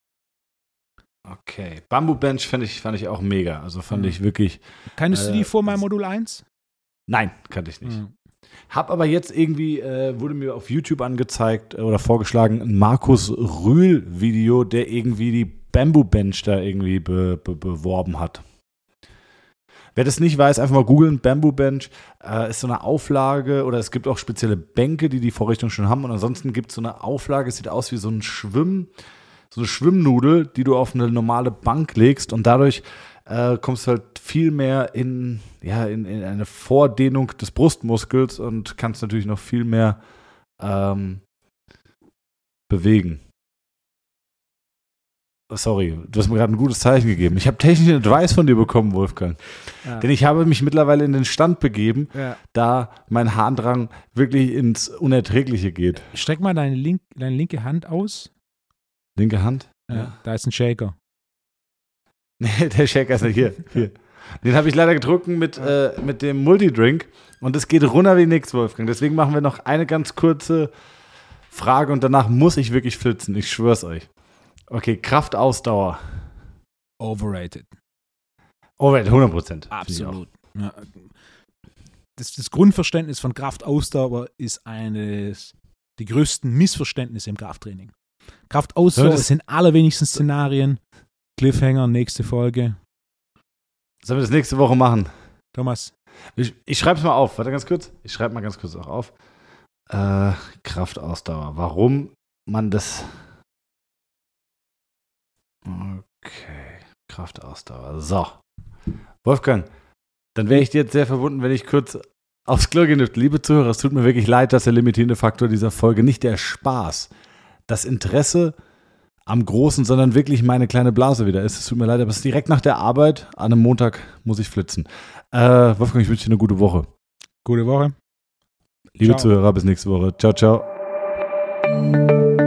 Okay. Bamboo Bench fand ich, fand ich auch mega. Also fand Mhm. ich wirklich. Kanntest du Äh, die vor meinem das- Modul eins? Nein, kannte ich nicht. Mhm. Hab aber jetzt irgendwie, äh, wurde mir auf YouTube angezeigt äh, oder vorgeschlagen, ein Markus Rühl-Video, der irgendwie die Bamboo Bench da irgendwie be, be, beworben hat. Wer das nicht weiß, einfach mal googeln. Bamboo Bench äh, ist so eine Auflage, oder es gibt auch spezielle Bänke, die die Vorrichtung schon haben. Und ansonsten gibt es so eine Auflage, es sieht aus wie so ein Schwimm, so eine Schwimmnudel, die du auf eine normale Bank legst, und dadurch äh, kommst du halt viel mehr in, ja, in, in eine Vordehnung des Brustmuskels und kannst natürlich noch viel mehr ähm, bewegen. Sorry, du hast mir gerade ein gutes Zeichen gegeben. Ich habe technischen Advice von dir bekommen, Wolfgang. Ja. Denn ich habe mich mittlerweile in den Stand begeben, Ja. da mein Harndrang wirklich ins Unerträgliche geht. Streck mal deine, link, deine linke Hand aus. Linke Hand? Ja. Da ist ein Shaker. Nee, der Shaker ist nicht hier. hier. Den habe ich leider getrunken mit, äh, mit dem Multidrink und es geht runter wie nix, Wolfgang. Deswegen machen wir noch eine ganz kurze Frage und danach muss ich wirklich flitzen. Ich schwör's euch. Okay, Kraftausdauer. Overrated. Overrated, hundert Prozent. Absolut. Ja. Das, das Grundverständnis von Kraftausdauer ist eines der größten Missverständnisse im Krafttraining. Kraftausdauer Ja, das- ist in allerwenigsten Szenarien Cliffhanger, nächste Folge. Sollen wir das nächste Woche machen? Thomas, Ich, ich schreibe es mal auf. Warte ganz kurz. Ich schreibe mal ganz kurz auch auf. Äh, Kraftausdauer. Warum man das... Okay. Kraftausdauer. So. Wolfgang, dann wäre ich dir jetzt sehr verbunden, wenn ich kurz aufs Klo gehen dürfte. Liebe Zuhörer, es tut mir wirklich leid, dass der limitierende Faktor dieser Folge nicht der Spaß, das Interesse am Großen, sondern wirklich meine kleine Blase wieder ist. Es tut mir leid, aber es ist direkt nach der Arbeit. An einem Montag muss ich flitzen. Äh, Wolfgang, ich wünsche dir eine gute Woche. gute Woche. Liebe Ciao. Zuhörer, bis nächste Woche. Ciao, ciao.